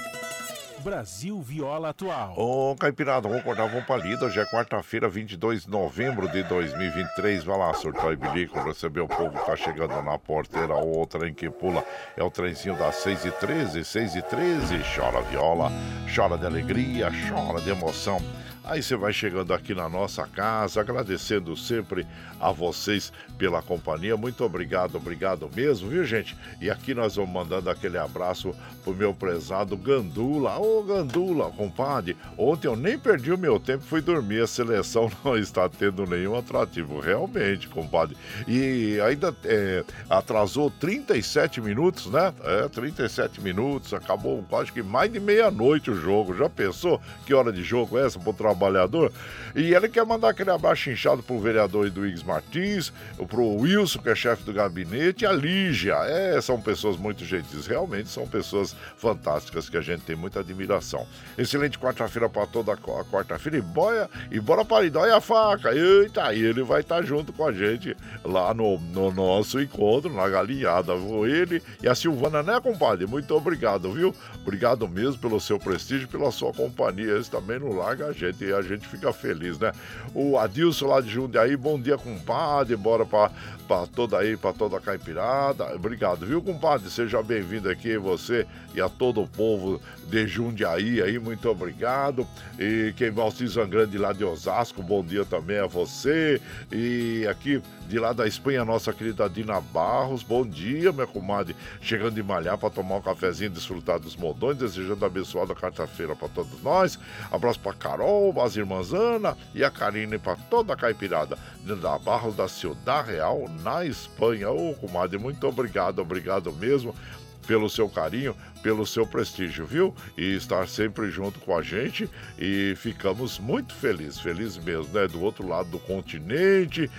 Brasil Viola Atual. Ô, Caipirada, vamos acordar, vamos pra lida. Hoje é quarta-feira, vinte e dois de novembro de dois mil e vinte e três. Vai lá, surtar e bilico, receber o povo que tá chegando na porteira. O trem que pula é o trenzinho das seis e treze, seis e treze. Chora viola, chora de alegria, chora de emoção. Aí você vai chegando aqui na nossa casa, agradecendo sempre a vocês pela companhia. Muito obrigado, obrigado mesmo, viu, gente? E aqui nós vamos mandando aquele abraço pro meu prezado Gandula. Ô, Gandula, compadre, ontem eu nem perdi o meu tempo, fui dormir. A seleção não está tendo nenhum atrativo, realmente, compadre. E ainda é, atrasou trinta e sete minutos, né? É, trinta e sete minutos, acabou quase que mais de meia-noite o jogo. Já pensou que hora de jogo é essa pro trabalho? Trabalhador, e ele quer mandar aquele abraço inchado pro vereador Eduígues Martins, pro Wilson, que é chefe do gabinete, e a Lígia. É, são pessoas muito gentis, realmente são pessoas fantásticas que a gente tem muita admiração. Excelente quarta-feira para toda a quarta-feira, e boia, e bora para ali, dói a faca. Eita, aí ele vai estar tá junto com a gente lá no, no nosso encontro, na galinhada. Ele e a Silvana, né, compadre? Muito obrigado, viu? Obrigado mesmo pelo seu prestígio, pela sua companhia. Esse também não larga a gente, e a gente fica feliz, né? O Adilson lá de Jundiaí, bom dia, compadre. Bora pra, pra toda aí, pra toda a caipirada. Obrigado, viu, compadre? Seja bem-vindo aqui, você e a todo o povo de Jundiaí aí, muito obrigado. E quem vai se Zangrande lá de Osasco, bom dia também a você. E aqui de lá da Espanha, nossa querida Dina Barros, bom dia, minha comadre. Chegando de malhar para tomar um cafezinho e desfrutar dos modões, desejando abençoada quarta-feira para todos nós. Abraço para Carol, as irmãs Ana e a Karine, para toda a caipirada da Barros da Ciudad Real, na Espanha. Ô, comadre, muito obrigado, obrigado mesmo pelo seu carinho, pelo seu prestígio, viu? E estar sempre junto com a gente, e ficamos muito felizes, felizes mesmo, né? Do outro lado do continente,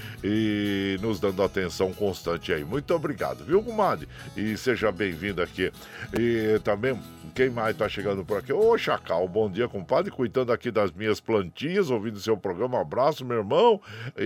e nos dando atenção constante aí. Muito obrigado, viu, comadre? E seja bem-vindo aqui. E também, quem mais tá chegando por aqui? Ô, Chacal, bom dia, compadre, cuidando aqui das minhas plantinhas, ouvindo seu programa. Abraço, meu irmão,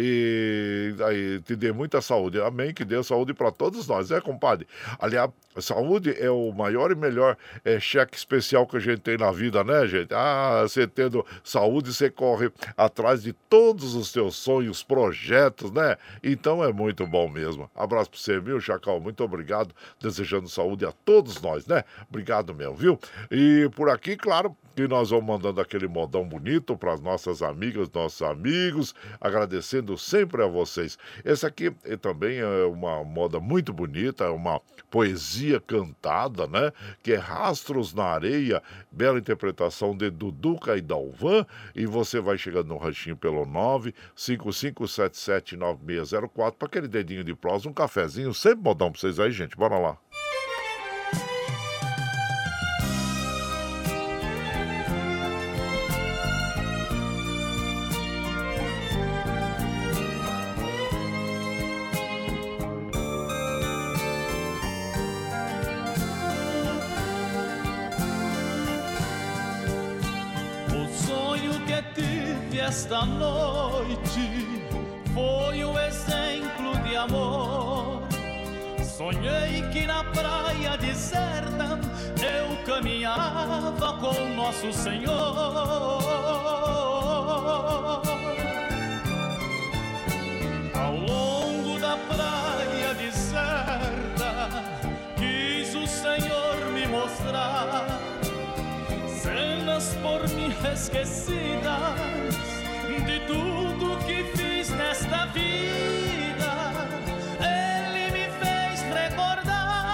e aí, te dê muita saúde. Amém, que dê saúde para todos nós, né, compadre? Aliás, saúde é o maior e melhor é, cheque especial que a gente tem na vida, né, gente? Ah, você tendo saúde, você corre atrás de todos os seus sonhos, projetos, né? Então é muito bom mesmo. Abraço pra você, viu, Chacal? Muito obrigado. Desejando saúde a todos nós, né? Obrigado mesmo, viu? E por aqui, claro, que nós vamos mandando aquele modão bonito para as nossas amigas, nossos amigos, agradecendo sempre a vocês. Esse aqui é, também é uma moda muito bonita, é uma poesia cantada, né? Que é Rastros na Areia, bela interpretação de Duduca e Dalvan, e você vai chegando no ranchinho pelo nove cinco cinco sete sete nove seis zero quatro para aquele dedinho de prosa, um cafezinho, sempre modão para vocês aí, gente. Bora lá. Esta noite foi um exemplo de amor. Sonhei que na praia deserta eu caminhava com Nosso Senhor. Ao longo da praia deserta quis o Senhor me mostrar cenas por mim esquecidas de tudo que fiz nesta vida. Ele me fez recordar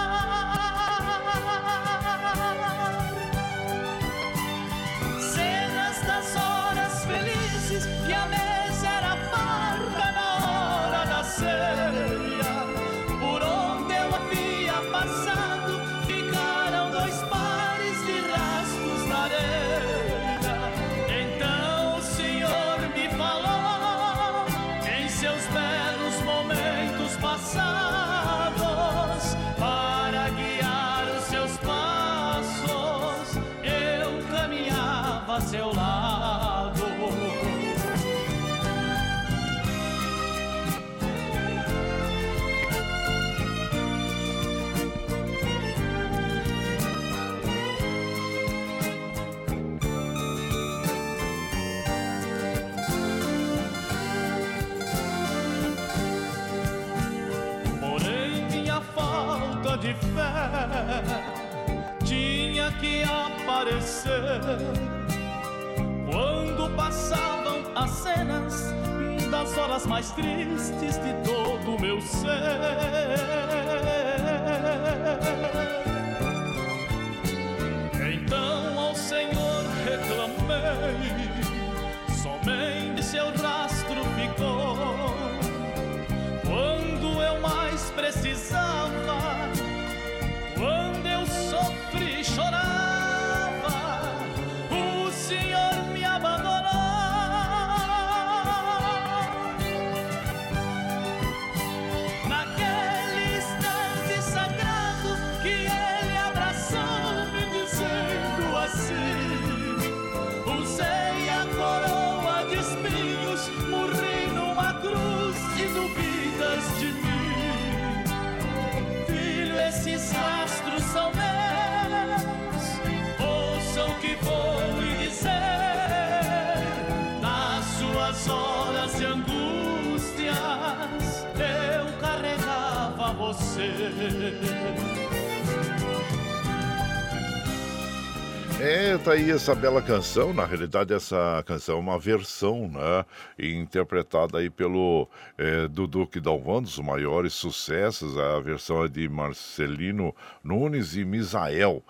cenas das horas felizes que a mesa era farta na hora da ceia. Por onde eu havia passado ficaram dois pares passados, para guiar os seus passos, eu caminhava a seu lado. De fé tinha que aparecer quando passavam as cenas das horas mais tristes de todo o meu ser. Então ao Senhor reclamei, somente seu rastro ficou quando eu mais precisava. Quando eu sofri e chorava, o Senhor me abandonou. Naquele instante sagrado que Ele abraçou-me dizendo assim: usei a coroa de espinhos, morri numa cruz e duvidas de mim. Filho, esses rastros são meus, ouçam o que vou lhe dizer. Nas suas horas de angústias, eu carregava você. É, tá aí essa bela canção. Na realidade, essa canção é uma versão, né? Interpretada aí pelo é, Dudu Dalvan, dos maiores sucessos. A versão é de Marcelino Nunes e Misael.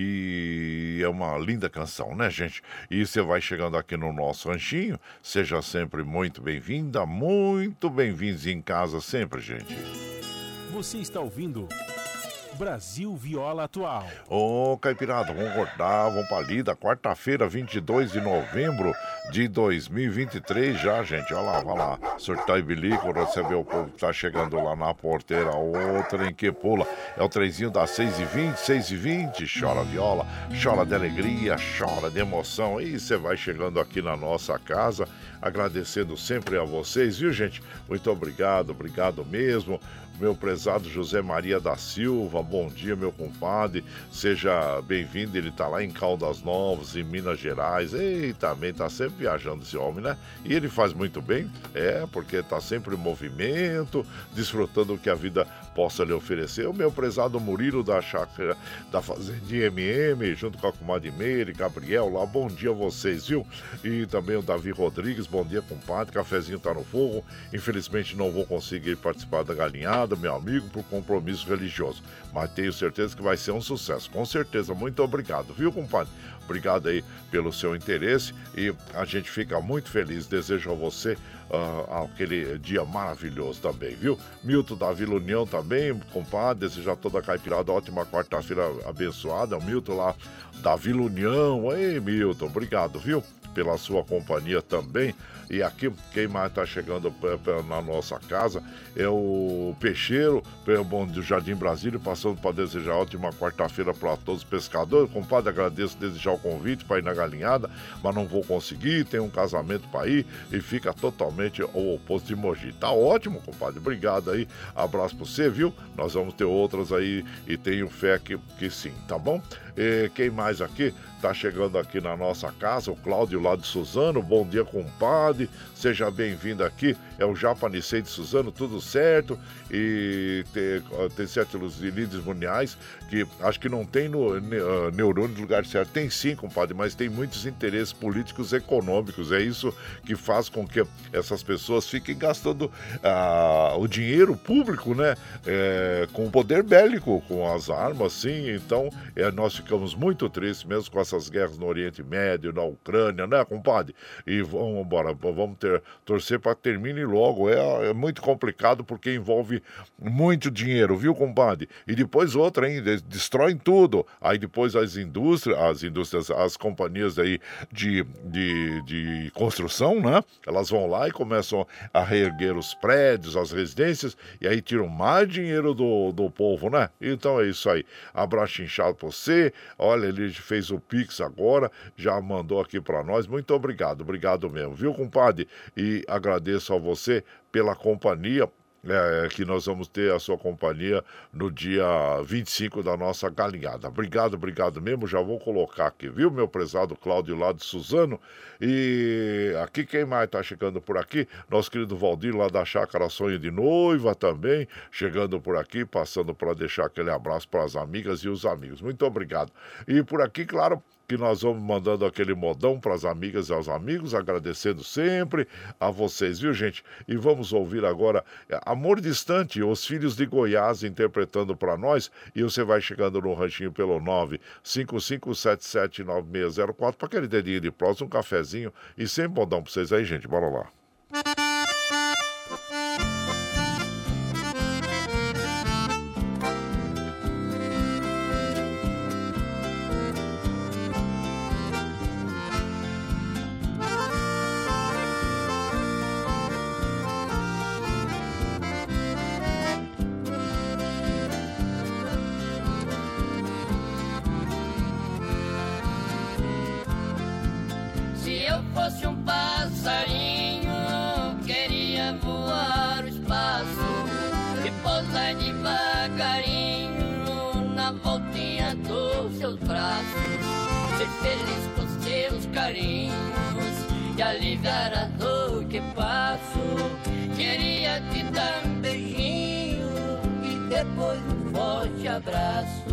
E é uma linda canção, né, gente? E você vai chegando aqui no nosso ranchinho. Seja sempre muito bem-vinda, muito bem-vindos em casa sempre, gente. Você está ouvindo Brasil Viola Atual. Ô, oh, Caipirada, vamos acordar, vamos pra lida. Quarta-feira, vinte e dois de novembro de dois mil e vinte e três já, gente. Olha lá, vai lá. Surtar e bilico, receber o povo que tá chegando lá na porteira. O trem que pula. É o trenzinho das seis e vinte, seis e vinte. Chora viola, chora de alegria, chora de emoção. E você vai chegando aqui na nossa casa, agradecendo sempre a vocês, viu, gente? Muito obrigado, obrigado mesmo. Meu prezado José Maria da Silva, bom dia, meu compadre, seja bem-vindo. Ele tá lá em Caldas Novas, em Minas Gerais. Eita, também tá sempre viajando esse homem, né? E ele faz muito bem, é, porque tá sempre em movimento, desfrutando o que a vida possa lhe oferecer. O meu prezado Murilo da chácara da Fazendinha M M, junto com a comadre Meire, Gabriel lá, bom dia a vocês, viu? E também o Davi Rodrigues, bom dia, compadre, cafezinho tá no fogo. Infelizmente não vou conseguir participar da galinhada, meu amigo, por compromisso religioso, mas tenho certeza que vai ser um sucesso, com certeza. Muito obrigado, viu, compadre? Obrigado aí pelo seu interesse e a gente fica muito feliz. Desejo a você uh, aquele dia maravilhoso também, viu? Milton da Vila União também, compadre, desejo a toda a caipirada ótima quarta-feira abençoada. O Milton lá da Vila União. Ei, Milton, obrigado, viu? Pela sua companhia também. E aqui, quem mais está chegando na nossa casa é o Peixeiro, bom, do Jardim Brasília, passando para desejar ótima quarta-feira para todos os pescadores. Compadre, agradeço desejar o convite para ir na galinhada, mas não vou conseguir, tem um casamento para ir e fica totalmente o oposto de Mogi. Tá ótimo, compadre, obrigado aí, abraço para você, viu? Nós vamos ter outras aí e tenho fé que, que sim, tá bom? E quem mais aqui? Tá chegando aqui na nossa casa, o Cláudio lá de Suzano, bom dia, compadre, seja bem-vindo aqui, é o Japanicei de Suzano, tudo certo, e tem, tem certos líderes mundiais que acho que não tem no, uh, neurônio no lugar certo, tem sim, compadre, mas tem muitos interesses políticos e econômicos, é isso que faz com que essas pessoas fiquem gastando uh, o dinheiro público, né, é, com o poder bélico, com as armas, sim, então é, nós ficamos muito tristes, mesmo com essas guerras no Oriente Médio, na Ucrânia, né, compadre? E vamos embora, vamos ter, torcer para que termine logo. É, é muito complicado porque envolve muito dinheiro, viu, compadre? E depois outra, hein? Destroem tudo. Aí depois as indústrias, as indústrias, as companhias aí de, de, de construção, né? Elas vão lá e começam a reerguer os prédios, as residências, e aí tiram mais dinheiro do, do povo, né? Então é isso aí. Abraço inchado pra você. Olha, ele fez o Pix agora, já mandou aqui pra nós. Muito obrigado, obrigado mesmo, viu, compadre? E agradeço a você pela companhia. É, que nós vamos ter a sua companhia no dia vinte e cinco da nossa galinhada. Obrigado, obrigado mesmo. Já vou colocar aqui, viu, meu prezado Cláudio lá de Suzano. E aqui quem mais tá chegando por aqui? Nosso querido Valdir lá da Chácara Sonho de Noiva também, chegando por aqui, passando para deixar aquele abraço para as amigas e os amigos. Muito obrigado. E por aqui, claro, que nós vamos mandando aquele modão para as amigas e aos amigos, agradecendo sempre a vocês, viu, gente? E vamos ouvir agora Amor Distante, Os Filhos de Goiás, interpretando para nós, e você vai chegando no ranchinho pelo nove cinco cinco sete sete nove seis zero quatro para aquele dedinho de próximo, um cafezinho e sempre modão para vocês aí, gente. Bora lá. Fosse um passarinho, queria voar o espaço e pousar devagarinho na voltinha dos seus braços, ser feliz com seus carinhos e aliviar a dor que passo. Queria te dar um beijinho e depois um forte abraço.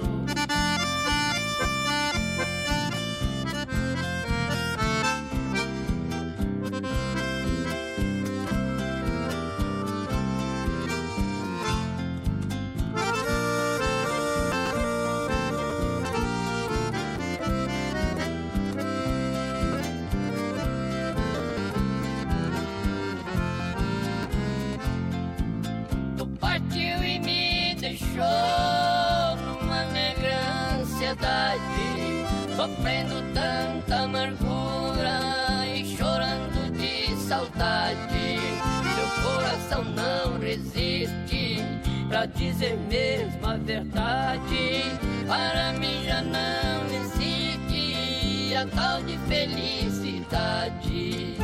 Numa negra ansiedade, sofrendo tanta amargura e chorando de saudade. Meu coração não resiste pra dizer mesmo a verdade. Para mim já não existe a tal de felicidade.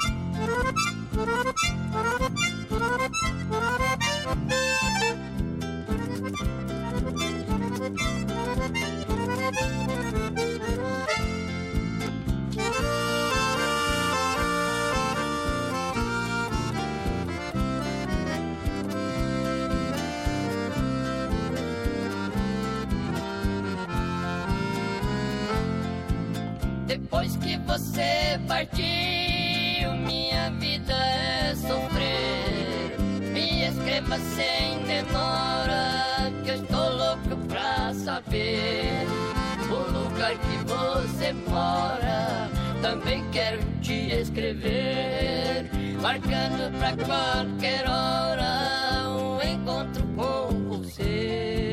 Depois que você partiu, minha vida é sofrer. Me escreva sem demora, que eu estou louco pra saber o lugar que você mora. Também quero te escrever, marcando pra qualquer hora um encontro com você.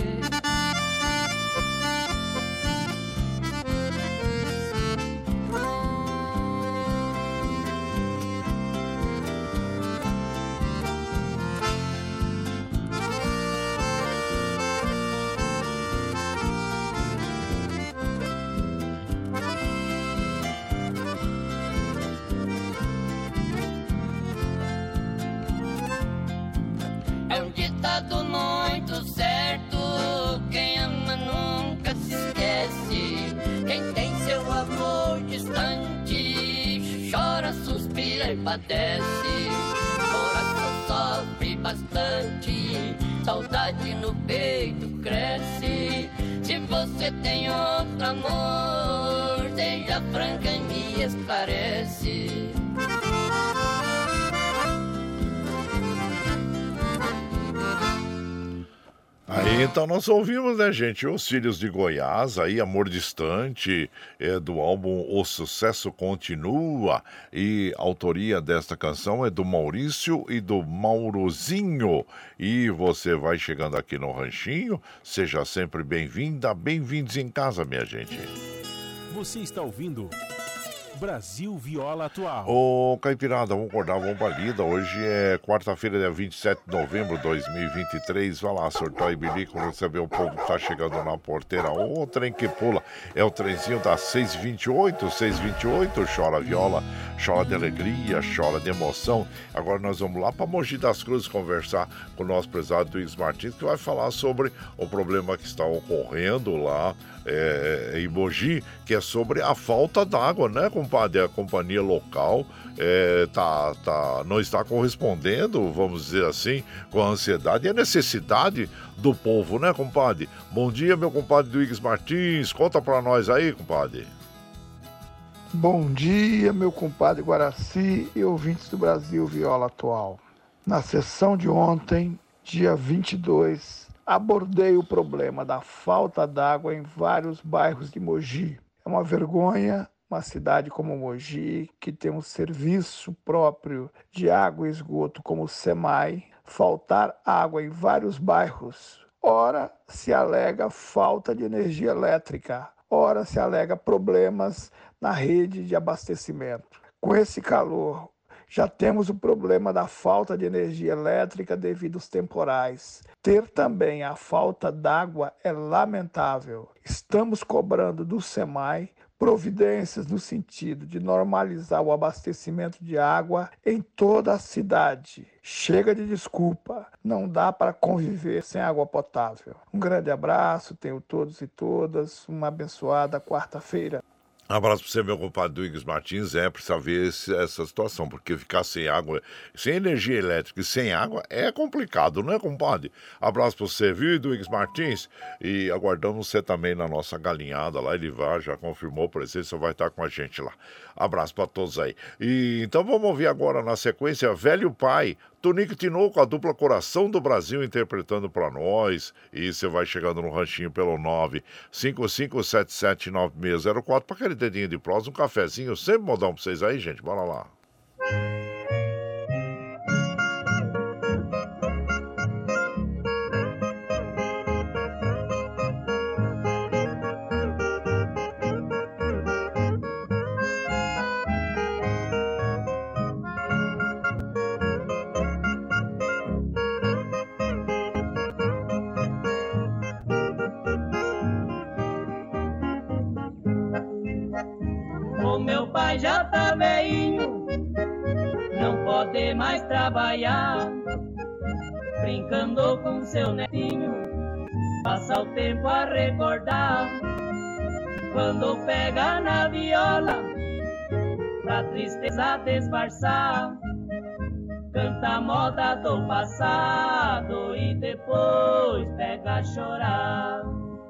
É um ditado muito certo, quem ama nunca se esquece. Quem tem seu amor distante, chora, suspira e padece. Coração sofre bastante, saudade no peito cresce. Se você tem outro amor, seja franca e me esclarece. Aí Então nós ouvimos, né, gente, Os Filhos de Goiás, aí Amor Distante, é, do álbum O Sucesso Continua, e a autoria desta canção é do Maurício e do Maurozinho. E você vai chegando aqui no Ranchinho, seja sempre bem-vinda, bem-vindos em casa, minha gente. Você está ouvindo Brasil Viola Atual. Ô, Caipirada, vamos acordar, vamos pra lida. Hoje é quarta-feira, dia vinte e sete de novembro de dois mil e vinte e três. Vai lá, sortar e bilico, receber o povo que tá chegando na porteira. Ô, trem que pula. É o trenzinho das seis e vinte e oito, seis e vinte e oito. Chora viola, chora de alegria, chora de emoção. Agora nós vamos lá pra Mogi das Cruzes conversar com o nosso prezado Luiz Martins, que vai falar sobre o problema que está ocorrendo lá É, em Mogi, que é sobre a falta d'água, né, compadre? A companhia local é, tá, tá, não está correspondendo, vamos dizer assim, com a ansiedade e a necessidade do povo, né, compadre? Bom dia, meu compadre Duígues Martins, conta pra nós aí, compadre. Bom dia, meu compadre Guaraci e ouvintes do Brasil Viola Atual. Na sessão de ontem, dia vinte e dois, abordei o problema da falta d'água em vários bairros de Mogi. É uma vergonha uma cidade como Mogi, que tem um serviço próprio de água e esgoto como o SEMAI, faltar água em vários bairros. Ora se alega falta de energia elétrica, ora se alega problemas na rede de abastecimento. Com esse calor, já temos o problema da falta de energia elétrica devido aos temporais. Ter também a falta d'água é lamentável. Estamos cobrando do SEMAI providências no sentido de normalizar o abastecimento de água em toda a cidade. Chega de desculpa, não dá para conviver sem água potável. Um grande abraço, tenho todos e todas uma abençoada quarta-feira. Um abraço para você, meu compadre Duígues Martins. É, precisa ver esse, essa situação, porque ficar sem água, sem energia elétrica e sem água é complicado, não é, compadre? Abraço para você, viu, Duígues Martins? E aguardamos você também na nossa galinhada lá. Ele vai, já confirmou a presença, vai estar com a gente lá. Abraço para todos aí. E então vamos ouvir agora na sequência Velho Pai, Tonico Tinoco, a dupla Coração do Brasil interpretando para nós. E você vai chegando no ranchinho pelo nove cinco cinco sete sete nove seis zero quatro para aquele dedinho de prosa, um cafezinho, sempre modão para vocês aí, gente. Bora lá. Já tá veinho, não pode mais trabalhar, brincando com seu netinho, passa o tempo a recordar, quando pega na viola, pra tristeza disfarçar, canta a moda do passado e depois pega a chorar.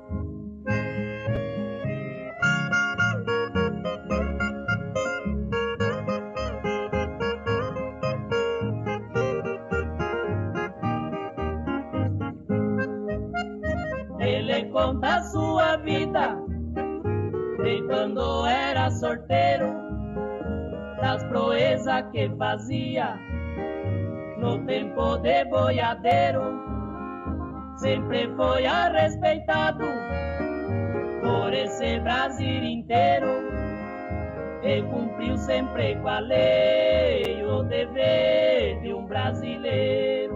Conta a sua vida de quando era sorteiro, das proezas que fazia no tempo de boiadeiro. Sempre foi respeitado por esse Brasil inteiro e cumpriu sempre com a lei o dever de um brasileiro.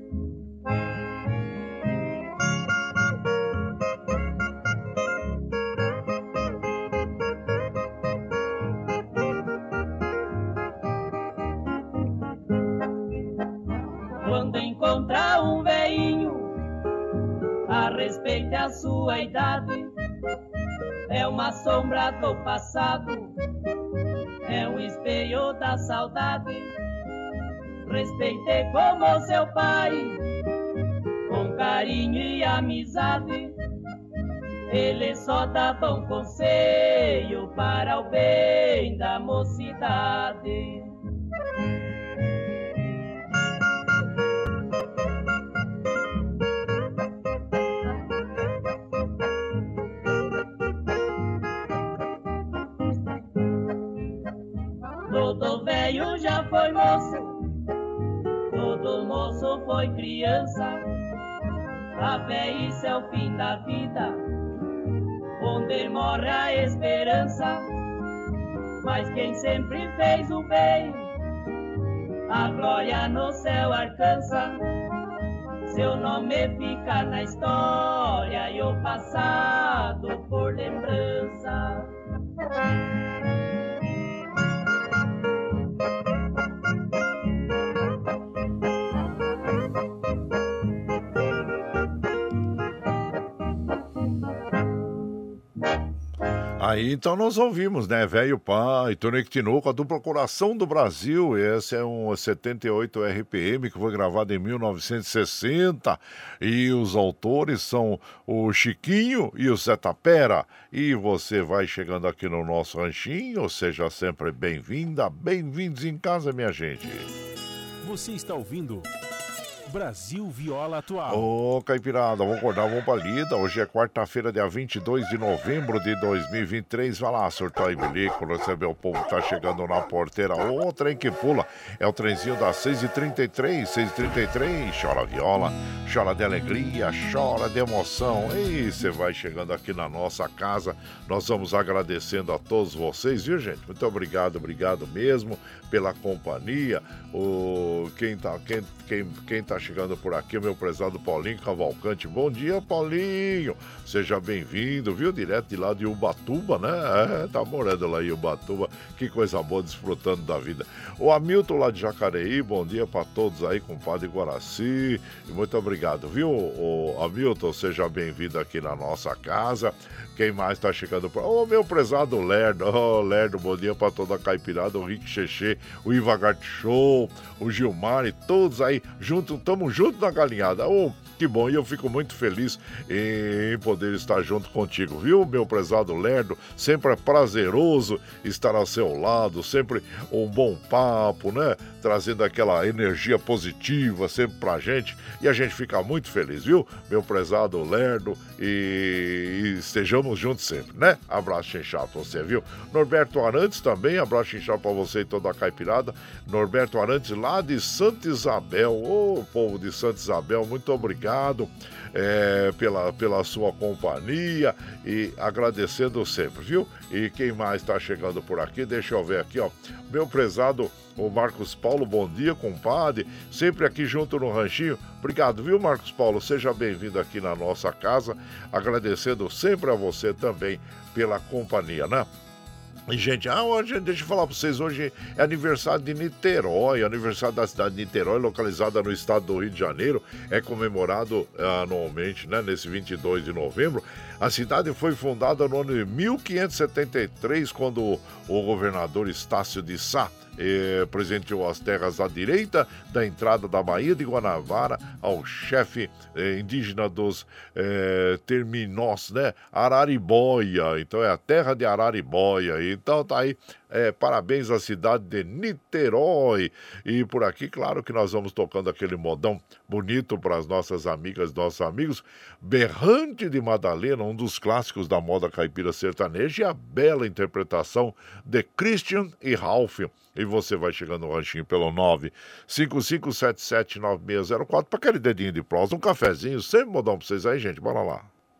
Encontrar um veinho, a respeite a sua idade, é uma sombra do passado, é um espelho da saudade. Respeite como seu pai, com carinho e amizade, ele só dá bom conselho para o bem da mocidade. velho já foi moço, todo moço foi criança. A velhice é o fim da vida, onde morre a esperança. Mas quem sempre fez o bem, a glória no céu alcança. Seu nome fica na história e o passado por lembrança. Aí então nós ouvimos, né? Velho Pai, Tonico Tinoco, a dupla Coração do Brasil. Esse é um setenta e oito R P M que foi gravado em mil novecentos e sessenta. E os autores são o Chiquinho e o Zé Tapera. E você vai chegando aqui no nosso ranchinho, seja sempre bem-vinda, bem-vindos em casa, minha gente. Você está ouvindo Brasil Viola Atual. Ô, Caipirada, vamos acordar, vamos pra lida. Hoje é quarta-feira, dia vinte e dois de novembro de dois mil e vinte e três. Vai lá, surtar e bilico, receber o povo que tá chegando na porteira. Ô, trem que pula. É o trenzinho das seis e trinta e três, seis e trinta e três. Chora viola, chora de alegria, chora de emoção. E você vai chegando aqui na nossa casa. Nós vamos agradecendo a todos vocês, viu, gente? Muito obrigado, obrigado mesmo pela companhia. O, quem, tá, quem, quem, quem tá chegando por aqui, o meu prezado Paulinho Cavalcante. Bom dia, Paulinho. Seja bem-vindo, viu? Direto de lá de Ubatuba, né? É, tá morando lá em Ubatuba. Que coisa boa, desfrutando da vida. O Hamilton lá de Jacareí, bom dia para todos aí, compadre Guaraci. E muito obrigado, viu? O Hamilton, seja bem-vindo aqui na nossa casa. Quem mais tá chegando por... Ô, meu prezado Lerdo. Ô, Lerdo, bom dia para toda a caipirada. O Rick Xexê, o Ivagart Show, o Gilmar e todos aí junto, tamo junto na galinhada. Ô, que bom, e eu fico muito feliz em poder estar junto contigo, viu, meu prezado Lerdo? Sempre é prazeroso estar ao seu lado, sempre um bom papo, né? Trazendo aquela energia positiva sempre pra gente, e a gente fica muito feliz, viu, meu prezado Lerdo? E, e estejamos juntos sempre, né? Abraço chinchado pra você, viu? Norberto Arantes também, abraço chinchado pra você e toda a caipirada. Norberto Arantes lá de Santa Isabel. Ô, povo de Santa Isabel, muito obrigado é, pela, pela sua companhia e agradecendo sempre, viu? E quem mais tá chegando por aqui, deixa eu ver aqui, ó, meu prezado o Marcos Paulo, bom dia, compadre, sempre aqui junto no ranchinho. Obrigado, viu, Marcos Paulo? Seja bem-vindo aqui na nossa casa, agradecendo sempre a você também pela companhia, né? E, gente, ah, hoje, deixa eu falar para vocês, hoje é aniversário de Niterói, aniversário da cidade de Niterói, localizada no estado do Rio de Janeiro, é comemorado anualmente, né, nesse vinte e dois de novembro. A cidade foi fundada no ano de mil quinhentos e setenta e três, quando o, o governador Estácio de Sá eh, presenteou as terras à direita da entrada da Baía de Guanabara ao chefe eh, indígena dos eh, Terminós, né? Araribóia. Então é a terra de Araribóia. Então tá aí. É, parabéns à cidade de Niterói. E por aqui, claro que nós vamos tocando aquele modão bonito para as nossas amigas, nossos amigos. Berrante de Madalena, um dos clássicos da moda caipira sertaneja, e a bela interpretação de Christian e Ralph. E você vai chegando no ranchinho pelo nove cinco cinco sete sete nove seis zero quatro para aquele dedinho de prosa, um cafezinho, sempre modão para vocês aí, gente. Bora lá.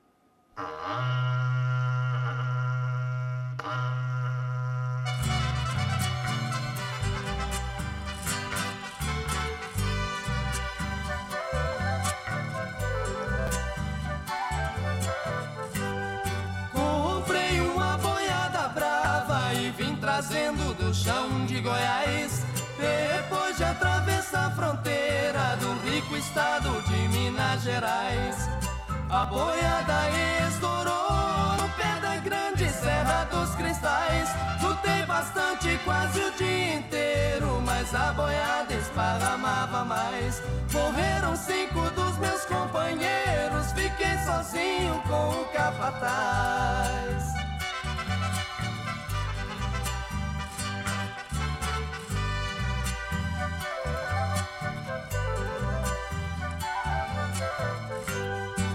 Trazendo do chão de Goiás, depois de atravessar a fronteira do rico estado de Minas Gerais. A boiada estourou no pé da grande Serra dos Cristais. Lutei bastante, quase o dia inteiro, mas a boiada esparramava mais. Morreram cinco dos meus companheiros, fiquei sozinho com o capataz.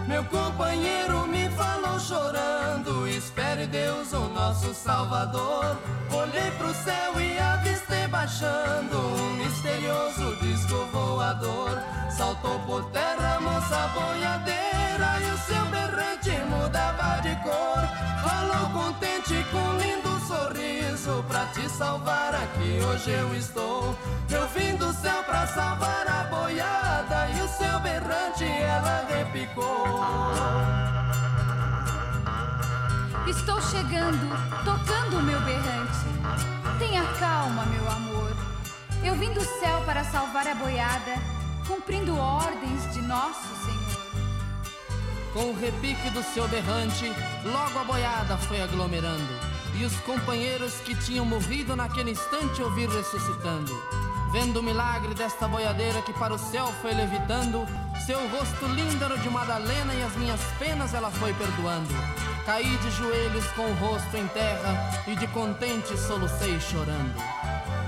Meu companheiro me falou chorando: espere Deus, o nosso Salvador. Olhei pro céu e avistei baixando um misterioso disco voador. Saltou por terra a moça boiadeira e o seu berrante mudava de cor. Falou contente com lindo sorriso: pra te salvar aqui hoje eu estou. Eu vim do céu pra salvar a boiada e o seu berrante ela repicou. Estou chegando, tocando o meu berrante. Tenha calma, meu amor. Eu vim do céu para salvar a boiada, cumprindo ordens de nosso Senhor. Com o repique do seu berrante, logo a boiada foi aglomerando, e os companheiros que tinham morrido naquele instante eu vi ressuscitando. Vendo o milagre desta boiadeira que para o céu foi levitando, seu rosto lindo era o de Madalena e as minhas penas ela foi perdoando. Caí de joelhos com o rosto em terra e de contente solucei chorando.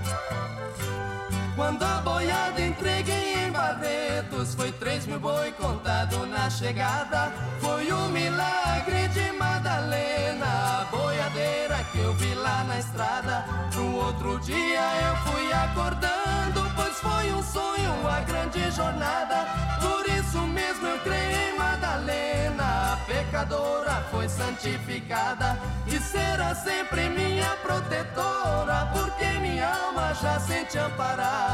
Quando a boiada entreguei em Barretos, foi três mil boi contado na chegada. Foi um milagre de Madalena, a boiadeira que eu vi lá na estrada. No outro dia eu fui acordando, pois foi um sonho a grande jornada. Por isso mesmo eu creio em Madalena, a pecadora foi santificada e será sempre minha protetora, porque minha alma já sente amparada.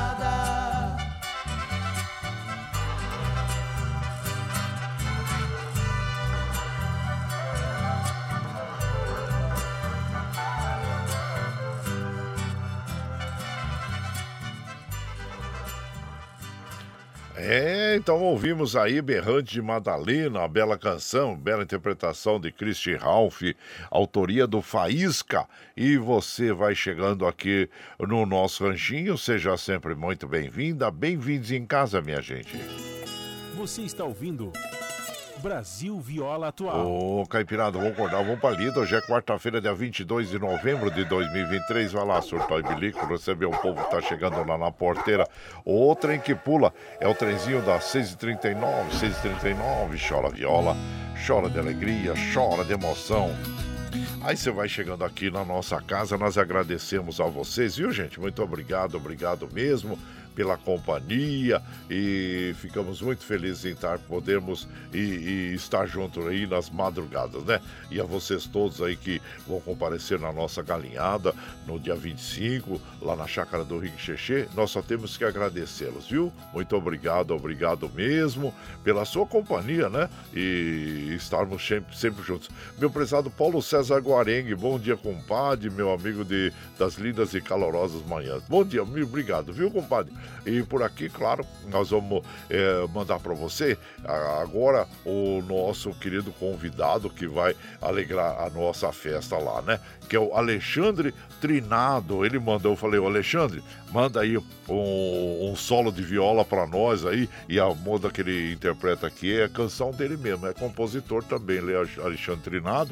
É, então ouvimos aí Berrante de Madalena, a bela canção, bela interpretação de Christy Ralph, autoria do Faísca. E você vai chegando aqui no nosso ranchinho, seja sempre muito bem-vinda, bem-vindos em casa, minha gente. Você está ouvindo Brasil Viola Atual. Ô, Caipirada, vamos acordar, vamos pra lida. Hoje é quarta-feira, dia vinte e dois de novembro de dois mil e vinte e três. Vai lá, surtar e bilico, receber o povo que tá chegando lá na porteira. O trem que pula é o trenzinho das seis e trinta e nove, seis e trinta e nove. Chora viola, chora de alegria, chora de emoção. Aí você vai chegando aqui na nossa casa, nós agradecemos a vocês, viu, gente? Muito obrigado, obrigado mesmo pela companhia e ficamos muito felizes em estar, podermos e, e estar juntos aí nas madrugadas, né? E a vocês todos aí que vão comparecer na nossa galinhada no dia vinte e cinco, lá na chácara do Rio Xexê, nós só temos que agradecê-los, viu? Muito obrigado, obrigado mesmo pela sua companhia, né? E estarmos sempre, sempre juntos. Meu prezado Paulo César Guarengue, bom dia, compadre, meu amigo de, das lindas e calorosas manhãs. Bom dia, obrigado, viu, compadre? E por aqui, claro, nós vamos é, mandar para você agora o nosso querido convidado que vai alegrar a nossa festa lá, né? Que é o Alexandre Trinado. Ele mandou, eu falei, ô Alexandre, manda aí um, um solo de viola para nós aí. E a moda que ele interpreta aqui é a canção dele mesmo, é compositor também, ele é Alexandre Trinado.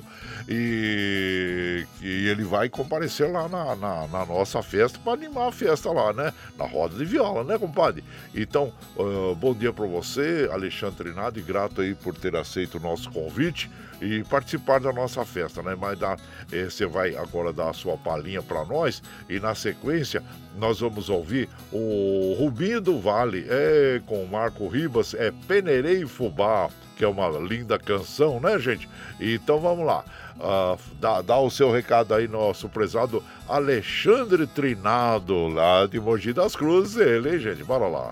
E, e ele vai comparecer lá na, na, na nossa festa para animar a festa lá, né? Na roda de viola, né, compadre? Então, uh, bom dia para você, Alexandre Trinado, e grato aí por ter aceito o nosso convite e participar da nossa festa, né? Mas dá, eh, você vai agora dar a sua palhinha para nós e na sequência nós vamos ouvir o Rubinho do Vale, é, com o Marco Ribas, é Peneirei e Fubá, que é uma linda canção, né, gente? Então vamos lá, uh, dá, dá o seu recado aí, nosso prezado Alexandre Trinado, lá de Mogi das Cruzes, ele, hein, gente? Bora lá.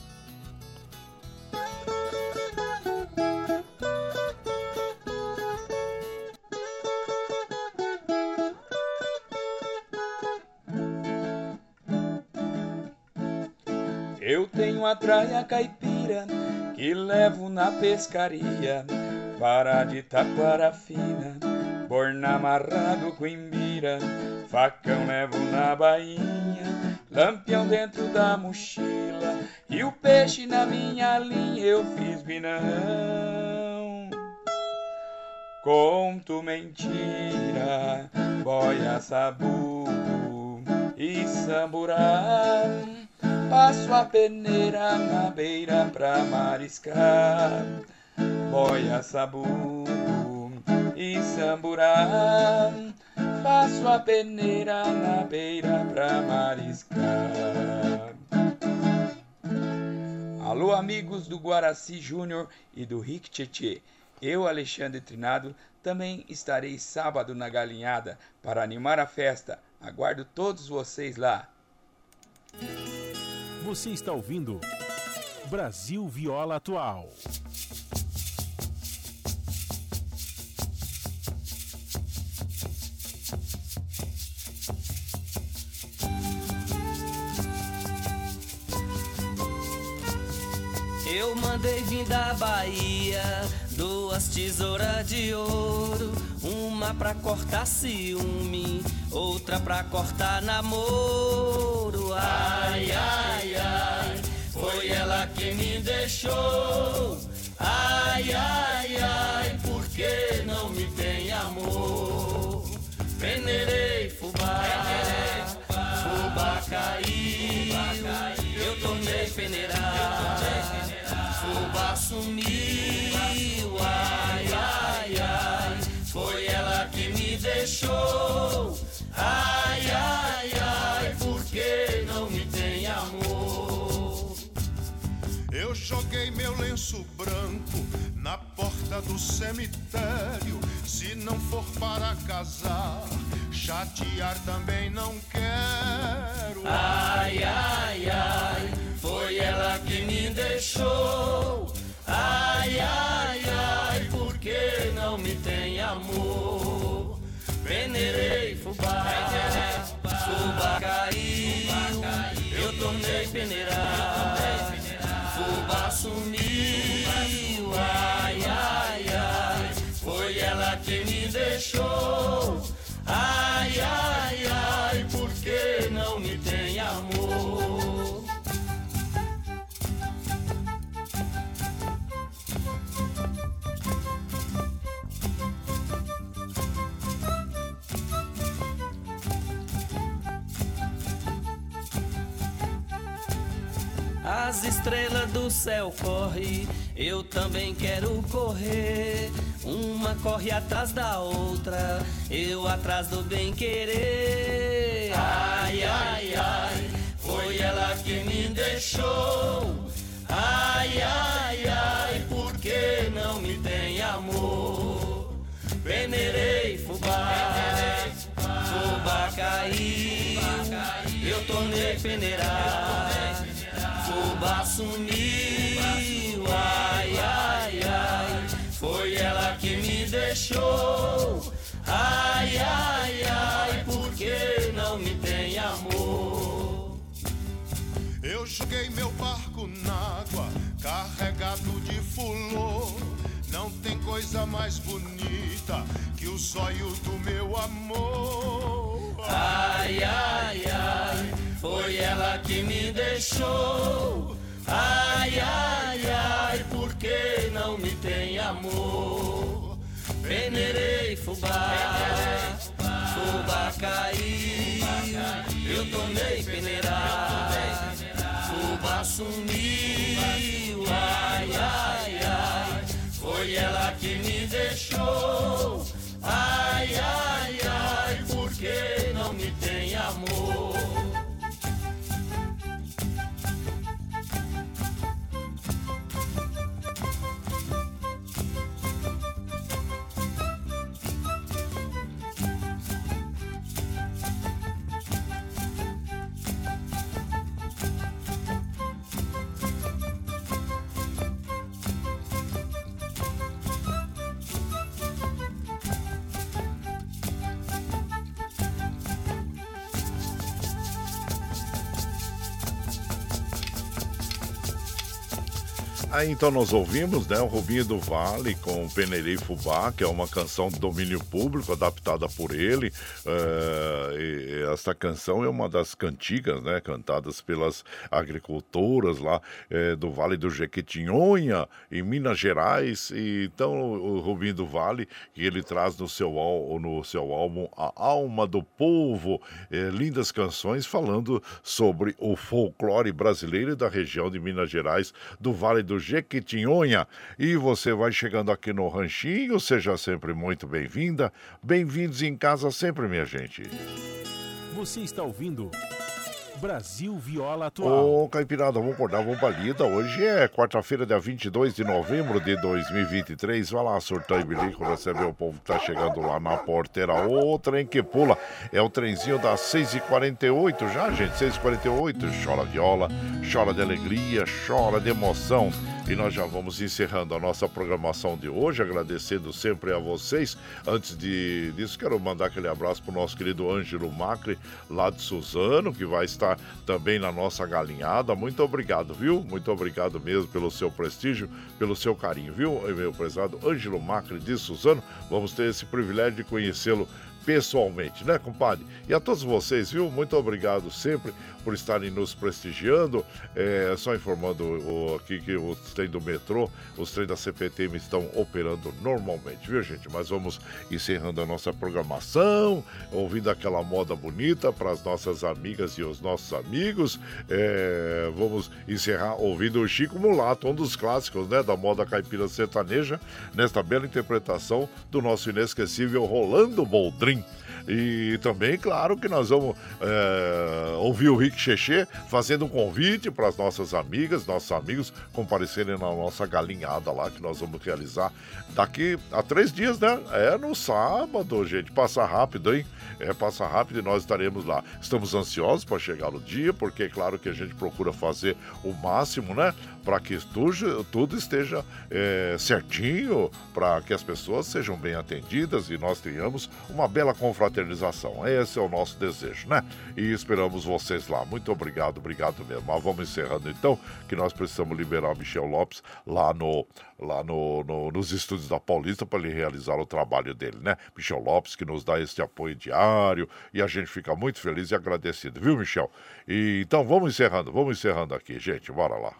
Eu tenho a traia caipira que levo na pescaria, vara de taquara fina, borna amarrado com imbira, facão levo na bainha, lampião dentro da mochila e o peixe na minha linha eu fiz binão. Conto mentira, boia, sabugo e samburá, passo a peneira na beira pra mariscar. boia, sabugo e samburá. Faço a peneira na beira pra mariscar. Alô, amigos do Guaraci Júnior e do Rick Tchê. Eu, Alexandre Trinado, também estarei sábado na Galinhada para animar a festa. Aguardo todos vocês lá. Você está ouvindo Brasil Viola Atual. Eu mandei vir da Bahia duas tesouras de ouro, uma pra cortar ciúme, outra pra cortar namoro. Ai, ai, ai, foi ela que me deixou. Ai, ai, ai, por que não me tem amor? Peneirei fubá, fubá caiu, eu tornei peneirar, fubá sumiu. Ai, ai, ai, foi ela que me deixou. Ai, ai, ai, por que não me tem amor? Eu joguei meu lenço branco na porta do cemitério. Se não for para casar, chatear também não quero. Ai, ai, ai, foi ela que me deixou. Ai, ai, ai, por que não me tem amor? Peneirei fubá, fubá caiu, eu tornei peneirar, fubá sumiu. Ai, ai, ai, foi ela que me deixou. Ai, ai, ai, por que não me tem amor? As estrelas do céu correm, eu também quero correr. Uma corre atrás da outra, eu atrás do bem querer. Ai, ai, ai, foi ela que me deixou. Ai, ai, ai, por que não me tem amor? Peneirei fubá, fubá caiu, eu tornei peneirar, fubá sumiu. Ai, ai, ai, foi ela que me deixou. Ai, ai, ai, por que não me tem amor? Eu joguei meu barco na água, carregado de fulô. Não tem coisa mais bonita que o zóio do meu amor. Ai, ai, ai, foi ela que me deixou. Ai, ai, ai, por que não me tem amor? Peneirei fubá, fubá caiu, eu tornei peneirar, fubá sumiu. Ai, ai, ai, foi ela que me deixou. Ai, ai, ai, por que não me tem amor? Aí então nós ouvimos, né, o Rubinho do Vale com Peneirei Fubá, que é uma canção de domínio público adaptada por ele. Uh, e essa canção é uma das cantigas, né, cantadas pelas agricultoras lá eh, do Vale do Jequitinhonha, em Minas Gerais. E, então o Rubinho do Vale, que ele traz no seu, no seu álbum A Alma do Povo, eh, lindas canções falando sobre o folclore brasileiro e da região de Minas Gerais, do Vale do Jequitinhonha. E você vai chegando aqui no Ranchinho, seja sempre muito bem-vinda. Bem-vindos em casa sempre, minha gente. Você está ouvindo Brasil Viola Atual. Ô, Caipirada, vamos acordar, vamos pra lida. Hoje é quarta-feira, dia vinte e dois de novembro de dois mil e vinte e três. Vai lá, surtão e bilico, receber o povo que tá chegando lá na porteira. O trem que pula é o trenzinho das seis e quarenta e oito já, gente, seis e quarenta e oito. Chora viola, chora de alegria, chora de emoção. E nós já vamos encerrando a nossa programação de hoje, agradecendo sempre a vocês. Antes de, disso, quero mandar aquele abraço para o nosso querido Ângelo Macri, lá de Suzano, que vai estar também na nossa galinhada. Muito obrigado, viu? Muito obrigado mesmo pelo seu prestígio, pelo seu carinho, viu? Meu prezado Ângelo Macri de Suzano, vamos ter esse privilégio de conhecê-lo pessoalmente, né, compadre? E a todos vocês, viu? Muito obrigado sempre por estarem nos prestigiando. É, só informando o, aqui que os trens do metrô, os trens da C P T M estão operando normalmente, viu, gente? Mas vamos encerrando a nossa programação, ouvindo aquela moda bonita para as nossas amigas e os nossos amigos. É, vamos encerrar ouvindo o Chico Mulato, um dos clássicos, né, da moda caipira sertaneja, nesta bela interpretação do nosso inesquecível Rolando Boldrin. E também, claro, que nós vamos é, ouvir o Rick Xexê fazendo um convite para as nossas amigas, nossos amigos comparecerem na nossa galinhada lá, que nós vamos realizar daqui a três dias, né? É no sábado, gente. Passa rápido, hein? É, passa rápido e nós estaremos lá. Estamos ansiosos para chegar no dia, porque é claro que a gente procura fazer o máximo, né? Para que tudo, tudo esteja é, certinho, para que as pessoas sejam bem atendidas e nós tenhamos uma bela confraternização. Esse é o nosso desejo, né? E esperamos vocês lá. Muito obrigado, obrigado mesmo. Mas vamos encerrando então, que nós precisamos liberar o Michel Lopes lá, no, lá no, no, nos estúdios da Paulista para ele realizar o trabalho dele, né? Michel Lopes, que nos dá esse apoio diário e a gente fica muito feliz e agradecido, viu, Michel? E, então vamos encerrando, vamos encerrando aqui, gente. Bora lá.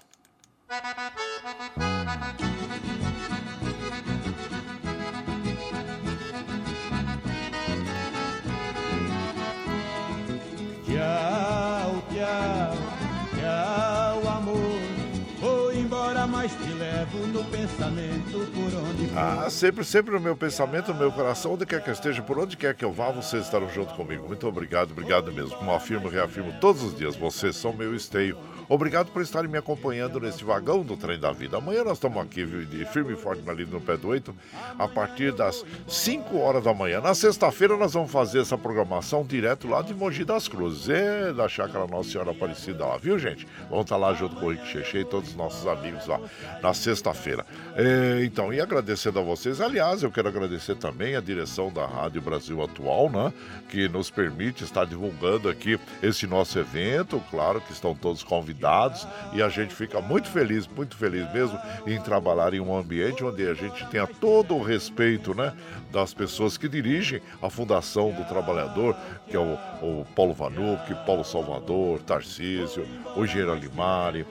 Tchau, tchau, tchau, amor. Vou embora, mas te levo no pensamento por onde for. Ah, sempre, sempre no meu pensamento, no meu coração, onde quer que eu esteja, por onde quer que eu vá, vocês estarão junto comigo. Muito obrigado, obrigado mesmo. Como afirmo e reafirmo todos os dias, vocês são meu esteio. Obrigado por estarem me acompanhando nesse vagão do trem da vida. Amanhã nós estamos aqui, viu, de firme e forte na linha no pé do oito, a partir das cinco horas da manhã. Na sexta-feira nós vamos fazer essa programação direto lá de Mogi das Cruzes, é da Chácara Nossa Senhora Aparecida lá, viu, gente? Vamos estar lá junto com o Rick Xexê e todos os nossos amigos lá na sexta-feira. É, então, e agradecendo a vocês, aliás, eu quero agradecer também a direção da Rádio Brasil Atual, né, que nos permite estar divulgando aqui esse nosso evento. Claro que estão todos convidados e a gente fica muito feliz, muito feliz mesmo em trabalhar em um ambiente onde a gente tenha todo o respeito, né, das pessoas que dirigem a Fundação do Trabalhador, que é o, o Paulo Vanucci, Paulo Salvador, Tarcísio, o engenheiro Alimari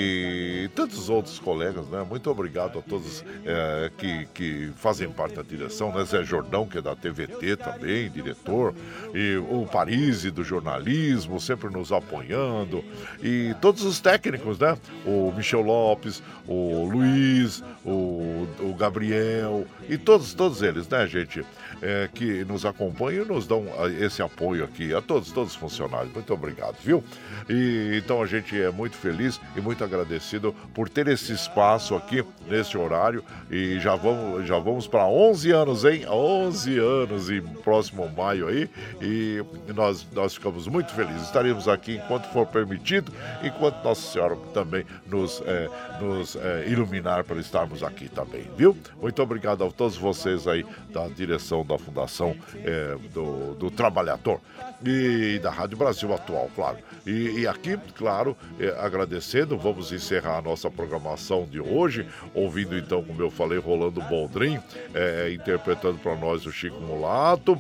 e tantos outros colegas, né? Muito obrigado a todos é, que, que fazem parte da direção, né? Zé Jordão, que é da T V T também, diretor, e o Parisi do jornalismo, sempre nos apoiando, e todos os técnicos, né? O Michel Lopes, o Luiz, o, o Gabriel e todos, todos eles, né, gente, é, que nos acompanham e nos dão esse apoio aqui, a todos, todos os funcionários. Muito obrigado, viu? E então a gente é muito feliz e muito agradecido por ter esse espaço aqui nesse horário e já vamos, já vamos para onze anos, hein? onze anos em próximo maio aí e nós, nós ficamos muito felizes. Estaremos aqui enquanto for permitido, enquanto Nossa Senhora também nos, é, nos é, iluminar para estarmos aqui também, viu? Muito obrigado a todos vocês aí da direção da Fundação é, do, do Trabalhador e da Rádio Brasil Atual, claro. E, e aqui, claro, é, agradecendo, vamos encerrar a nossa programação de hoje, ouvindo então, como eu falei, Rolando Boldrin, é, interpretando para nós o Chico Mulato.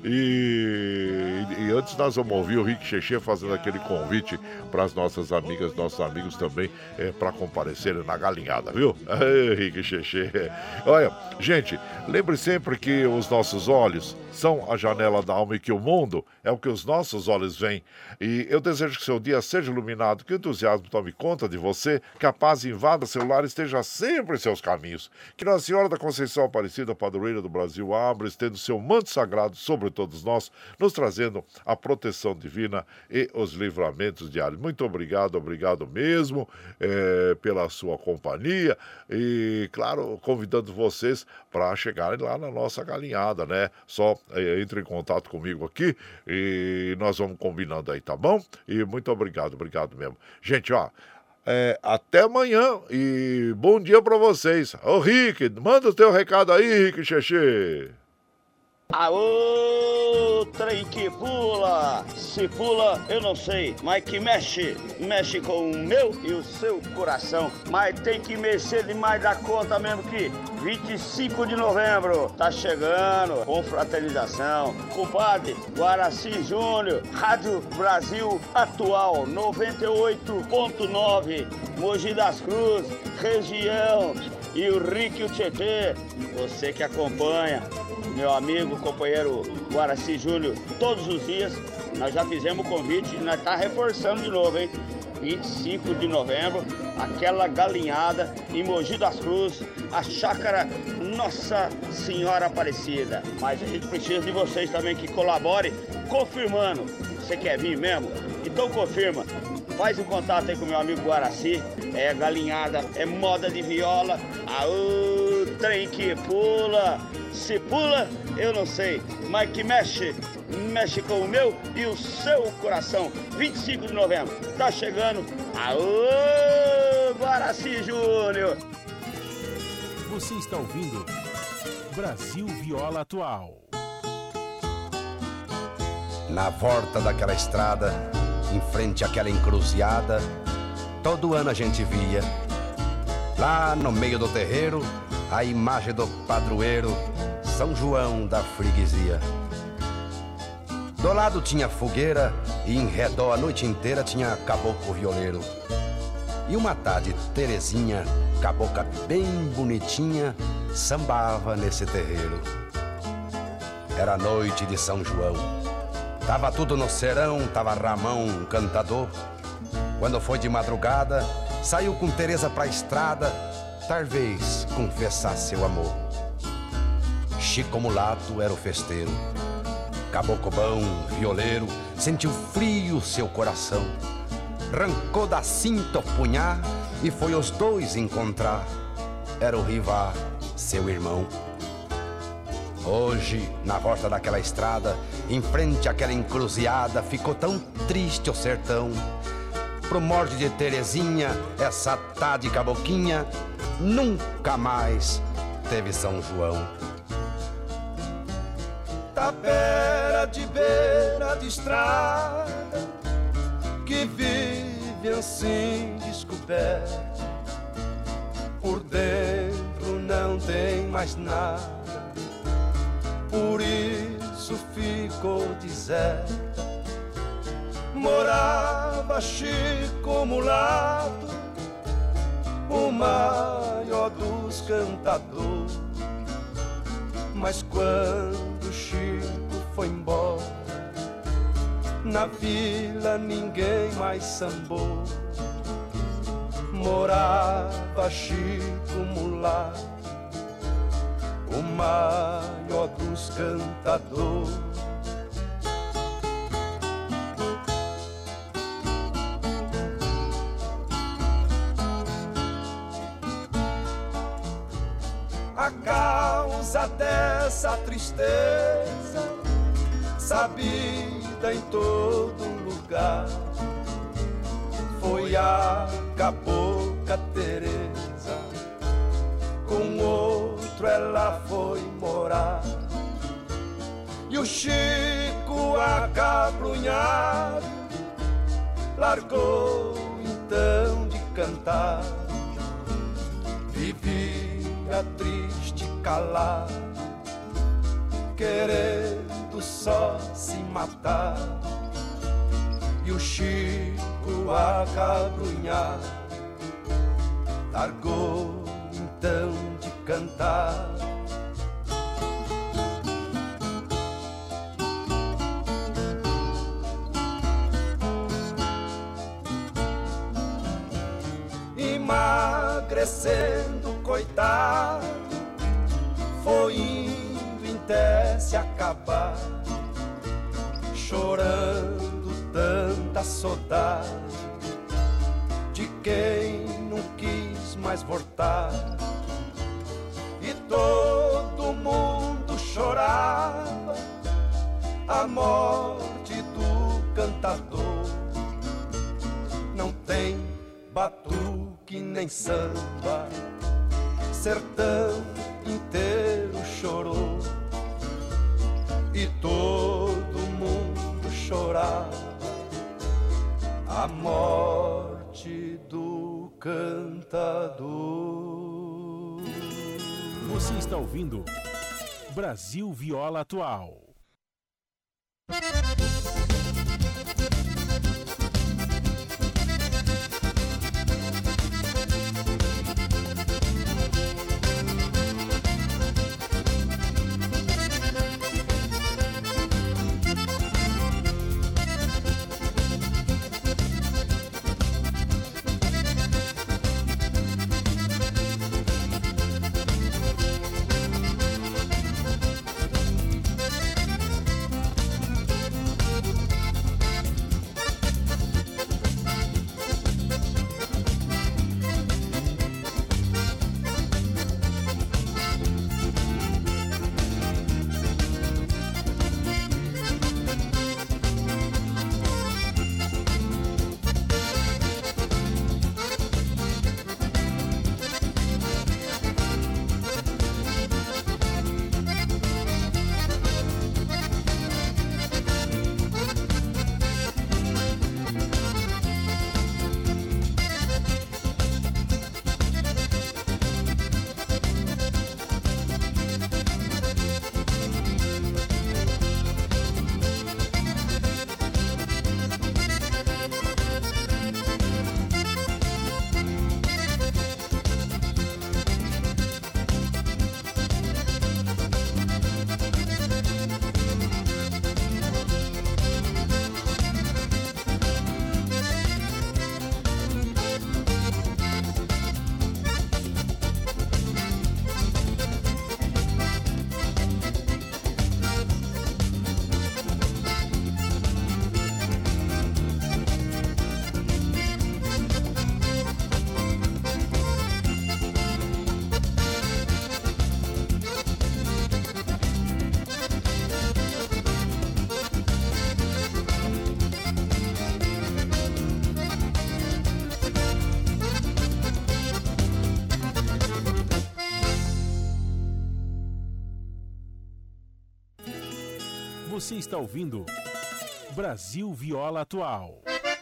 E, e, e antes nós vamos ouvir o Rick Xexê fazendo aquele convite para as nossas amigas, nossos amigos também, é, para comparecerem na galinhada, viu? Ei, Rick Xexê. Olha, gente, lembre sempre que os nossos olhos são a janela da alma e que o mundo é o que os nossos olhos veem. E eu desejo que seu dia seja iluminado, que o entusiasmo tome conta de você, que a paz invada seu lar e esteja sempre em seus caminhos. Que Nossa Senhora da Conceição Aparecida, padroeira do Brasil, abra, estenda o seu manto sagrado sobre todos nós, nos trazendo a proteção divina e os livramentos diários. Muito obrigado, obrigado mesmo é, pela sua companhia e, claro, convidando vocês para chegarem lá na nossa galinhada, né? Só é, entre em contato comigo aqui e nós vamos combinando aí, tá bom? E muito obrigado, obrigado mesmo. Gente, ó, é, até amanhã e bom dia para vocês. Ô, Rick, manda o teu recado aí, Rick Xexê. Aô, trem que pula, se pula eu não sei, mas que mexe, mexe com o meu e o seu coração. Mas tem que mexer demais da conta mesmo que vinte e cinco de novembro tá chegando, com fraternização. Compadre, Guaraci Júnior, Rádio Brasil Atual, noventa e oito ponto nove, Mogi das Cruzes, região, e o Rick e o Tietê, você que acompanha, meu amigo, companheiro Guaraci Júnior, todos os dias, nós já fizemos o convite e nós tá reforçando de novo, hein? vinte e cinco de novembro, aquela galinhada em Mogi das Cruzes, a chácara Nossa Senhora Aparecida. Mas a gente precisa de vocês também que colaborem, confirmando. Você quer vir mesmo? Então confirma. Faz um contato aí com o meu amigo Guaraci. É galinhada, é moda de viola. Aô, trem que pula. Se pula, eu não sei, mas que mexe, mexe com o meu e o seu coração. vinte e cinco de novembro, tá chegando. Aô, Guaraci Júnior. Você está ouvindo Brasil Viola Atual. Na volta daquela estrada, em frente àquela encruzilhada, todo ano a gente via, lá no meio do terreiro, a imagem do padroeiro São João da freguesia. Do lado tinha fogueira e em redor a noite inteira tinha caboclo violeiro. E uma tarde Terezinha, cabocla bem bonitinha, sambava nesse terreiro. Era noite de São João, tava tudo no serão, tava Ramão, um cantador. Quando foi de madrugada, saiu com Tereza pra estrada, talvez confessar seu amor. Chico Mulato era o festeiro, caboclo bom, violeiro, sentiu frio seu coração. Arrancou da cinta o punhar e foi os dois encontrar. Era o Rivá, seu irmão. Hoje, na volta daquela estrada, em frente àquela encruzilhada, ficou tão triste o sertão. Pro morte de Terezinha, essa tarde caboquinha, nunca mais teve São João. Tapera de beira de estrada, que vive assim descoberto. Por dentro não tem mais nada, por isso ficou deserta. Morava Chico Mulato, o maior dos cantadores. Mas quando Chico foi embora, na vila ninguém mais sambou. Morava Chico Mulato, o maior dos cantadores. A causa dessa tristeza, sabida em todo lugar, foi a cabocla Teresa. Com outro ela foi morar, e o Chico acabrunhado largou então de cantar. Vivia triste, calado, querendo só se matar. E o Chico acabrunhado largou então de cantar. parecendo coitado, foi indo em até se acabar, chorando tanta saudade de quem não quis mais voltar. E todo mundo chorava a morte do cantador. Não tem batuque nem samba, sertão inteiro chorou. E todo mundo chorava a morte do cantador. Você está ouvindo Brasil Viola Atual. Você está ouvindo Brasil Viola Atual.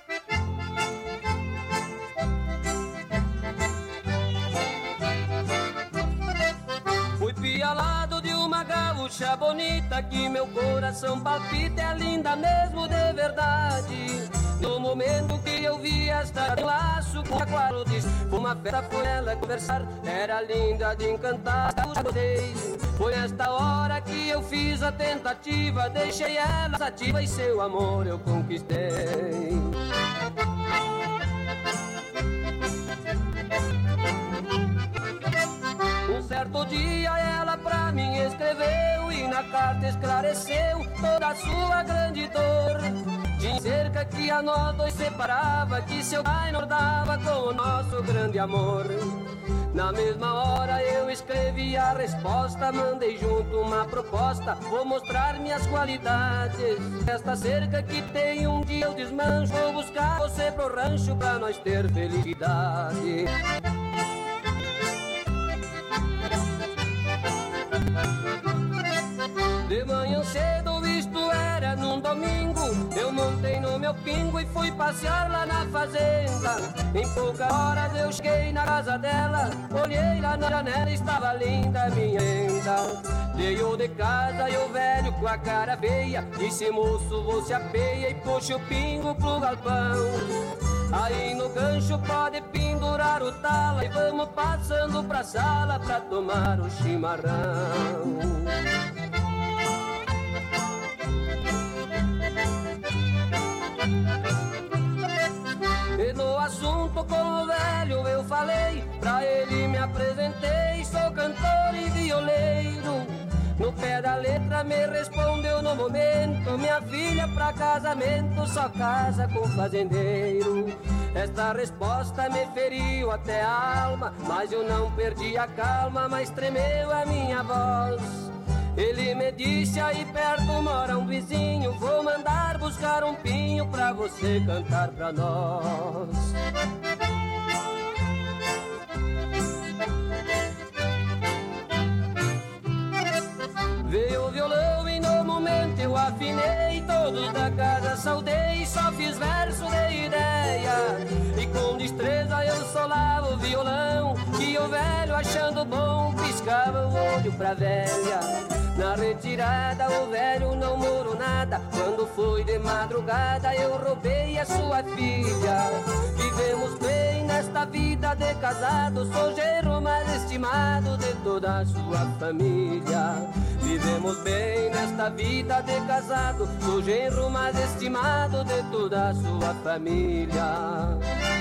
Fui pialado de uma gaúcha bonita, que meu coração palpita, é linda mesmo de verdade. No momento que eu vi esta de laço com a Claudiz, uma festa foi ela conversar, era linda de encantar. Foi esta hora que eu fiz a tentativa, deixei ela ativa e seu amor eu conquistei. Um certo dia ela pra mim escreveu e na carta esclareceu toda a sua grande dor. Tinha cerca que a nós dois separava, que seu pai nos dava com o nosso grande amor. Na mesma hora eu escrevi a resposta, mandei junto uma proposta, vou mostrar minhas qualidades. Esta cerca que tem um dia eu desmancho, vou buscar você pro rancho pra nós ter felicidade. De manhã cedo, isto era num domingo, eu montei no meu pingo e fui passear lá na fazenda. Em poucas horas eu cheguei na casa dela, olhei lá na janela, estava linda a minha renda. Veio de casa e o velho com a cara feia, disse: moço, você apeia e puxa o pingo pro galpão. Aí no gancho pode pendurar o tala e vamos passando pra sala pra tomar o chimarrão. E no assunto campo com o velho eu falei, pra ele me apresentei, sou cantor e violeiro. No pé da letra me respondeu no momento, minha filha pra casamento só casa com fazendeiro. Esta resposta me feriu até a alma, mas eu não perdi a calma, mas tremeu a minha voz. Ele me disse, aí perto mora um vizinho, vou mandar buscar um pinho pra você cantar pra nós. Veio o violão e no momento eu afinei, todos da casa saudei, só fiz verso de ideia. E com destreza eu solava o violão, que o velho achando bom piscava o olho pra velha. Na retirada o velho não morou nada, quando foi de madrugada eu roubei a sua filha. Vivemos bem nesta vida de casado, sou genro mais estimado de toda a sua família. Vivemos bem nesta vida de casado, sou genro mais estimado de toda a sua família.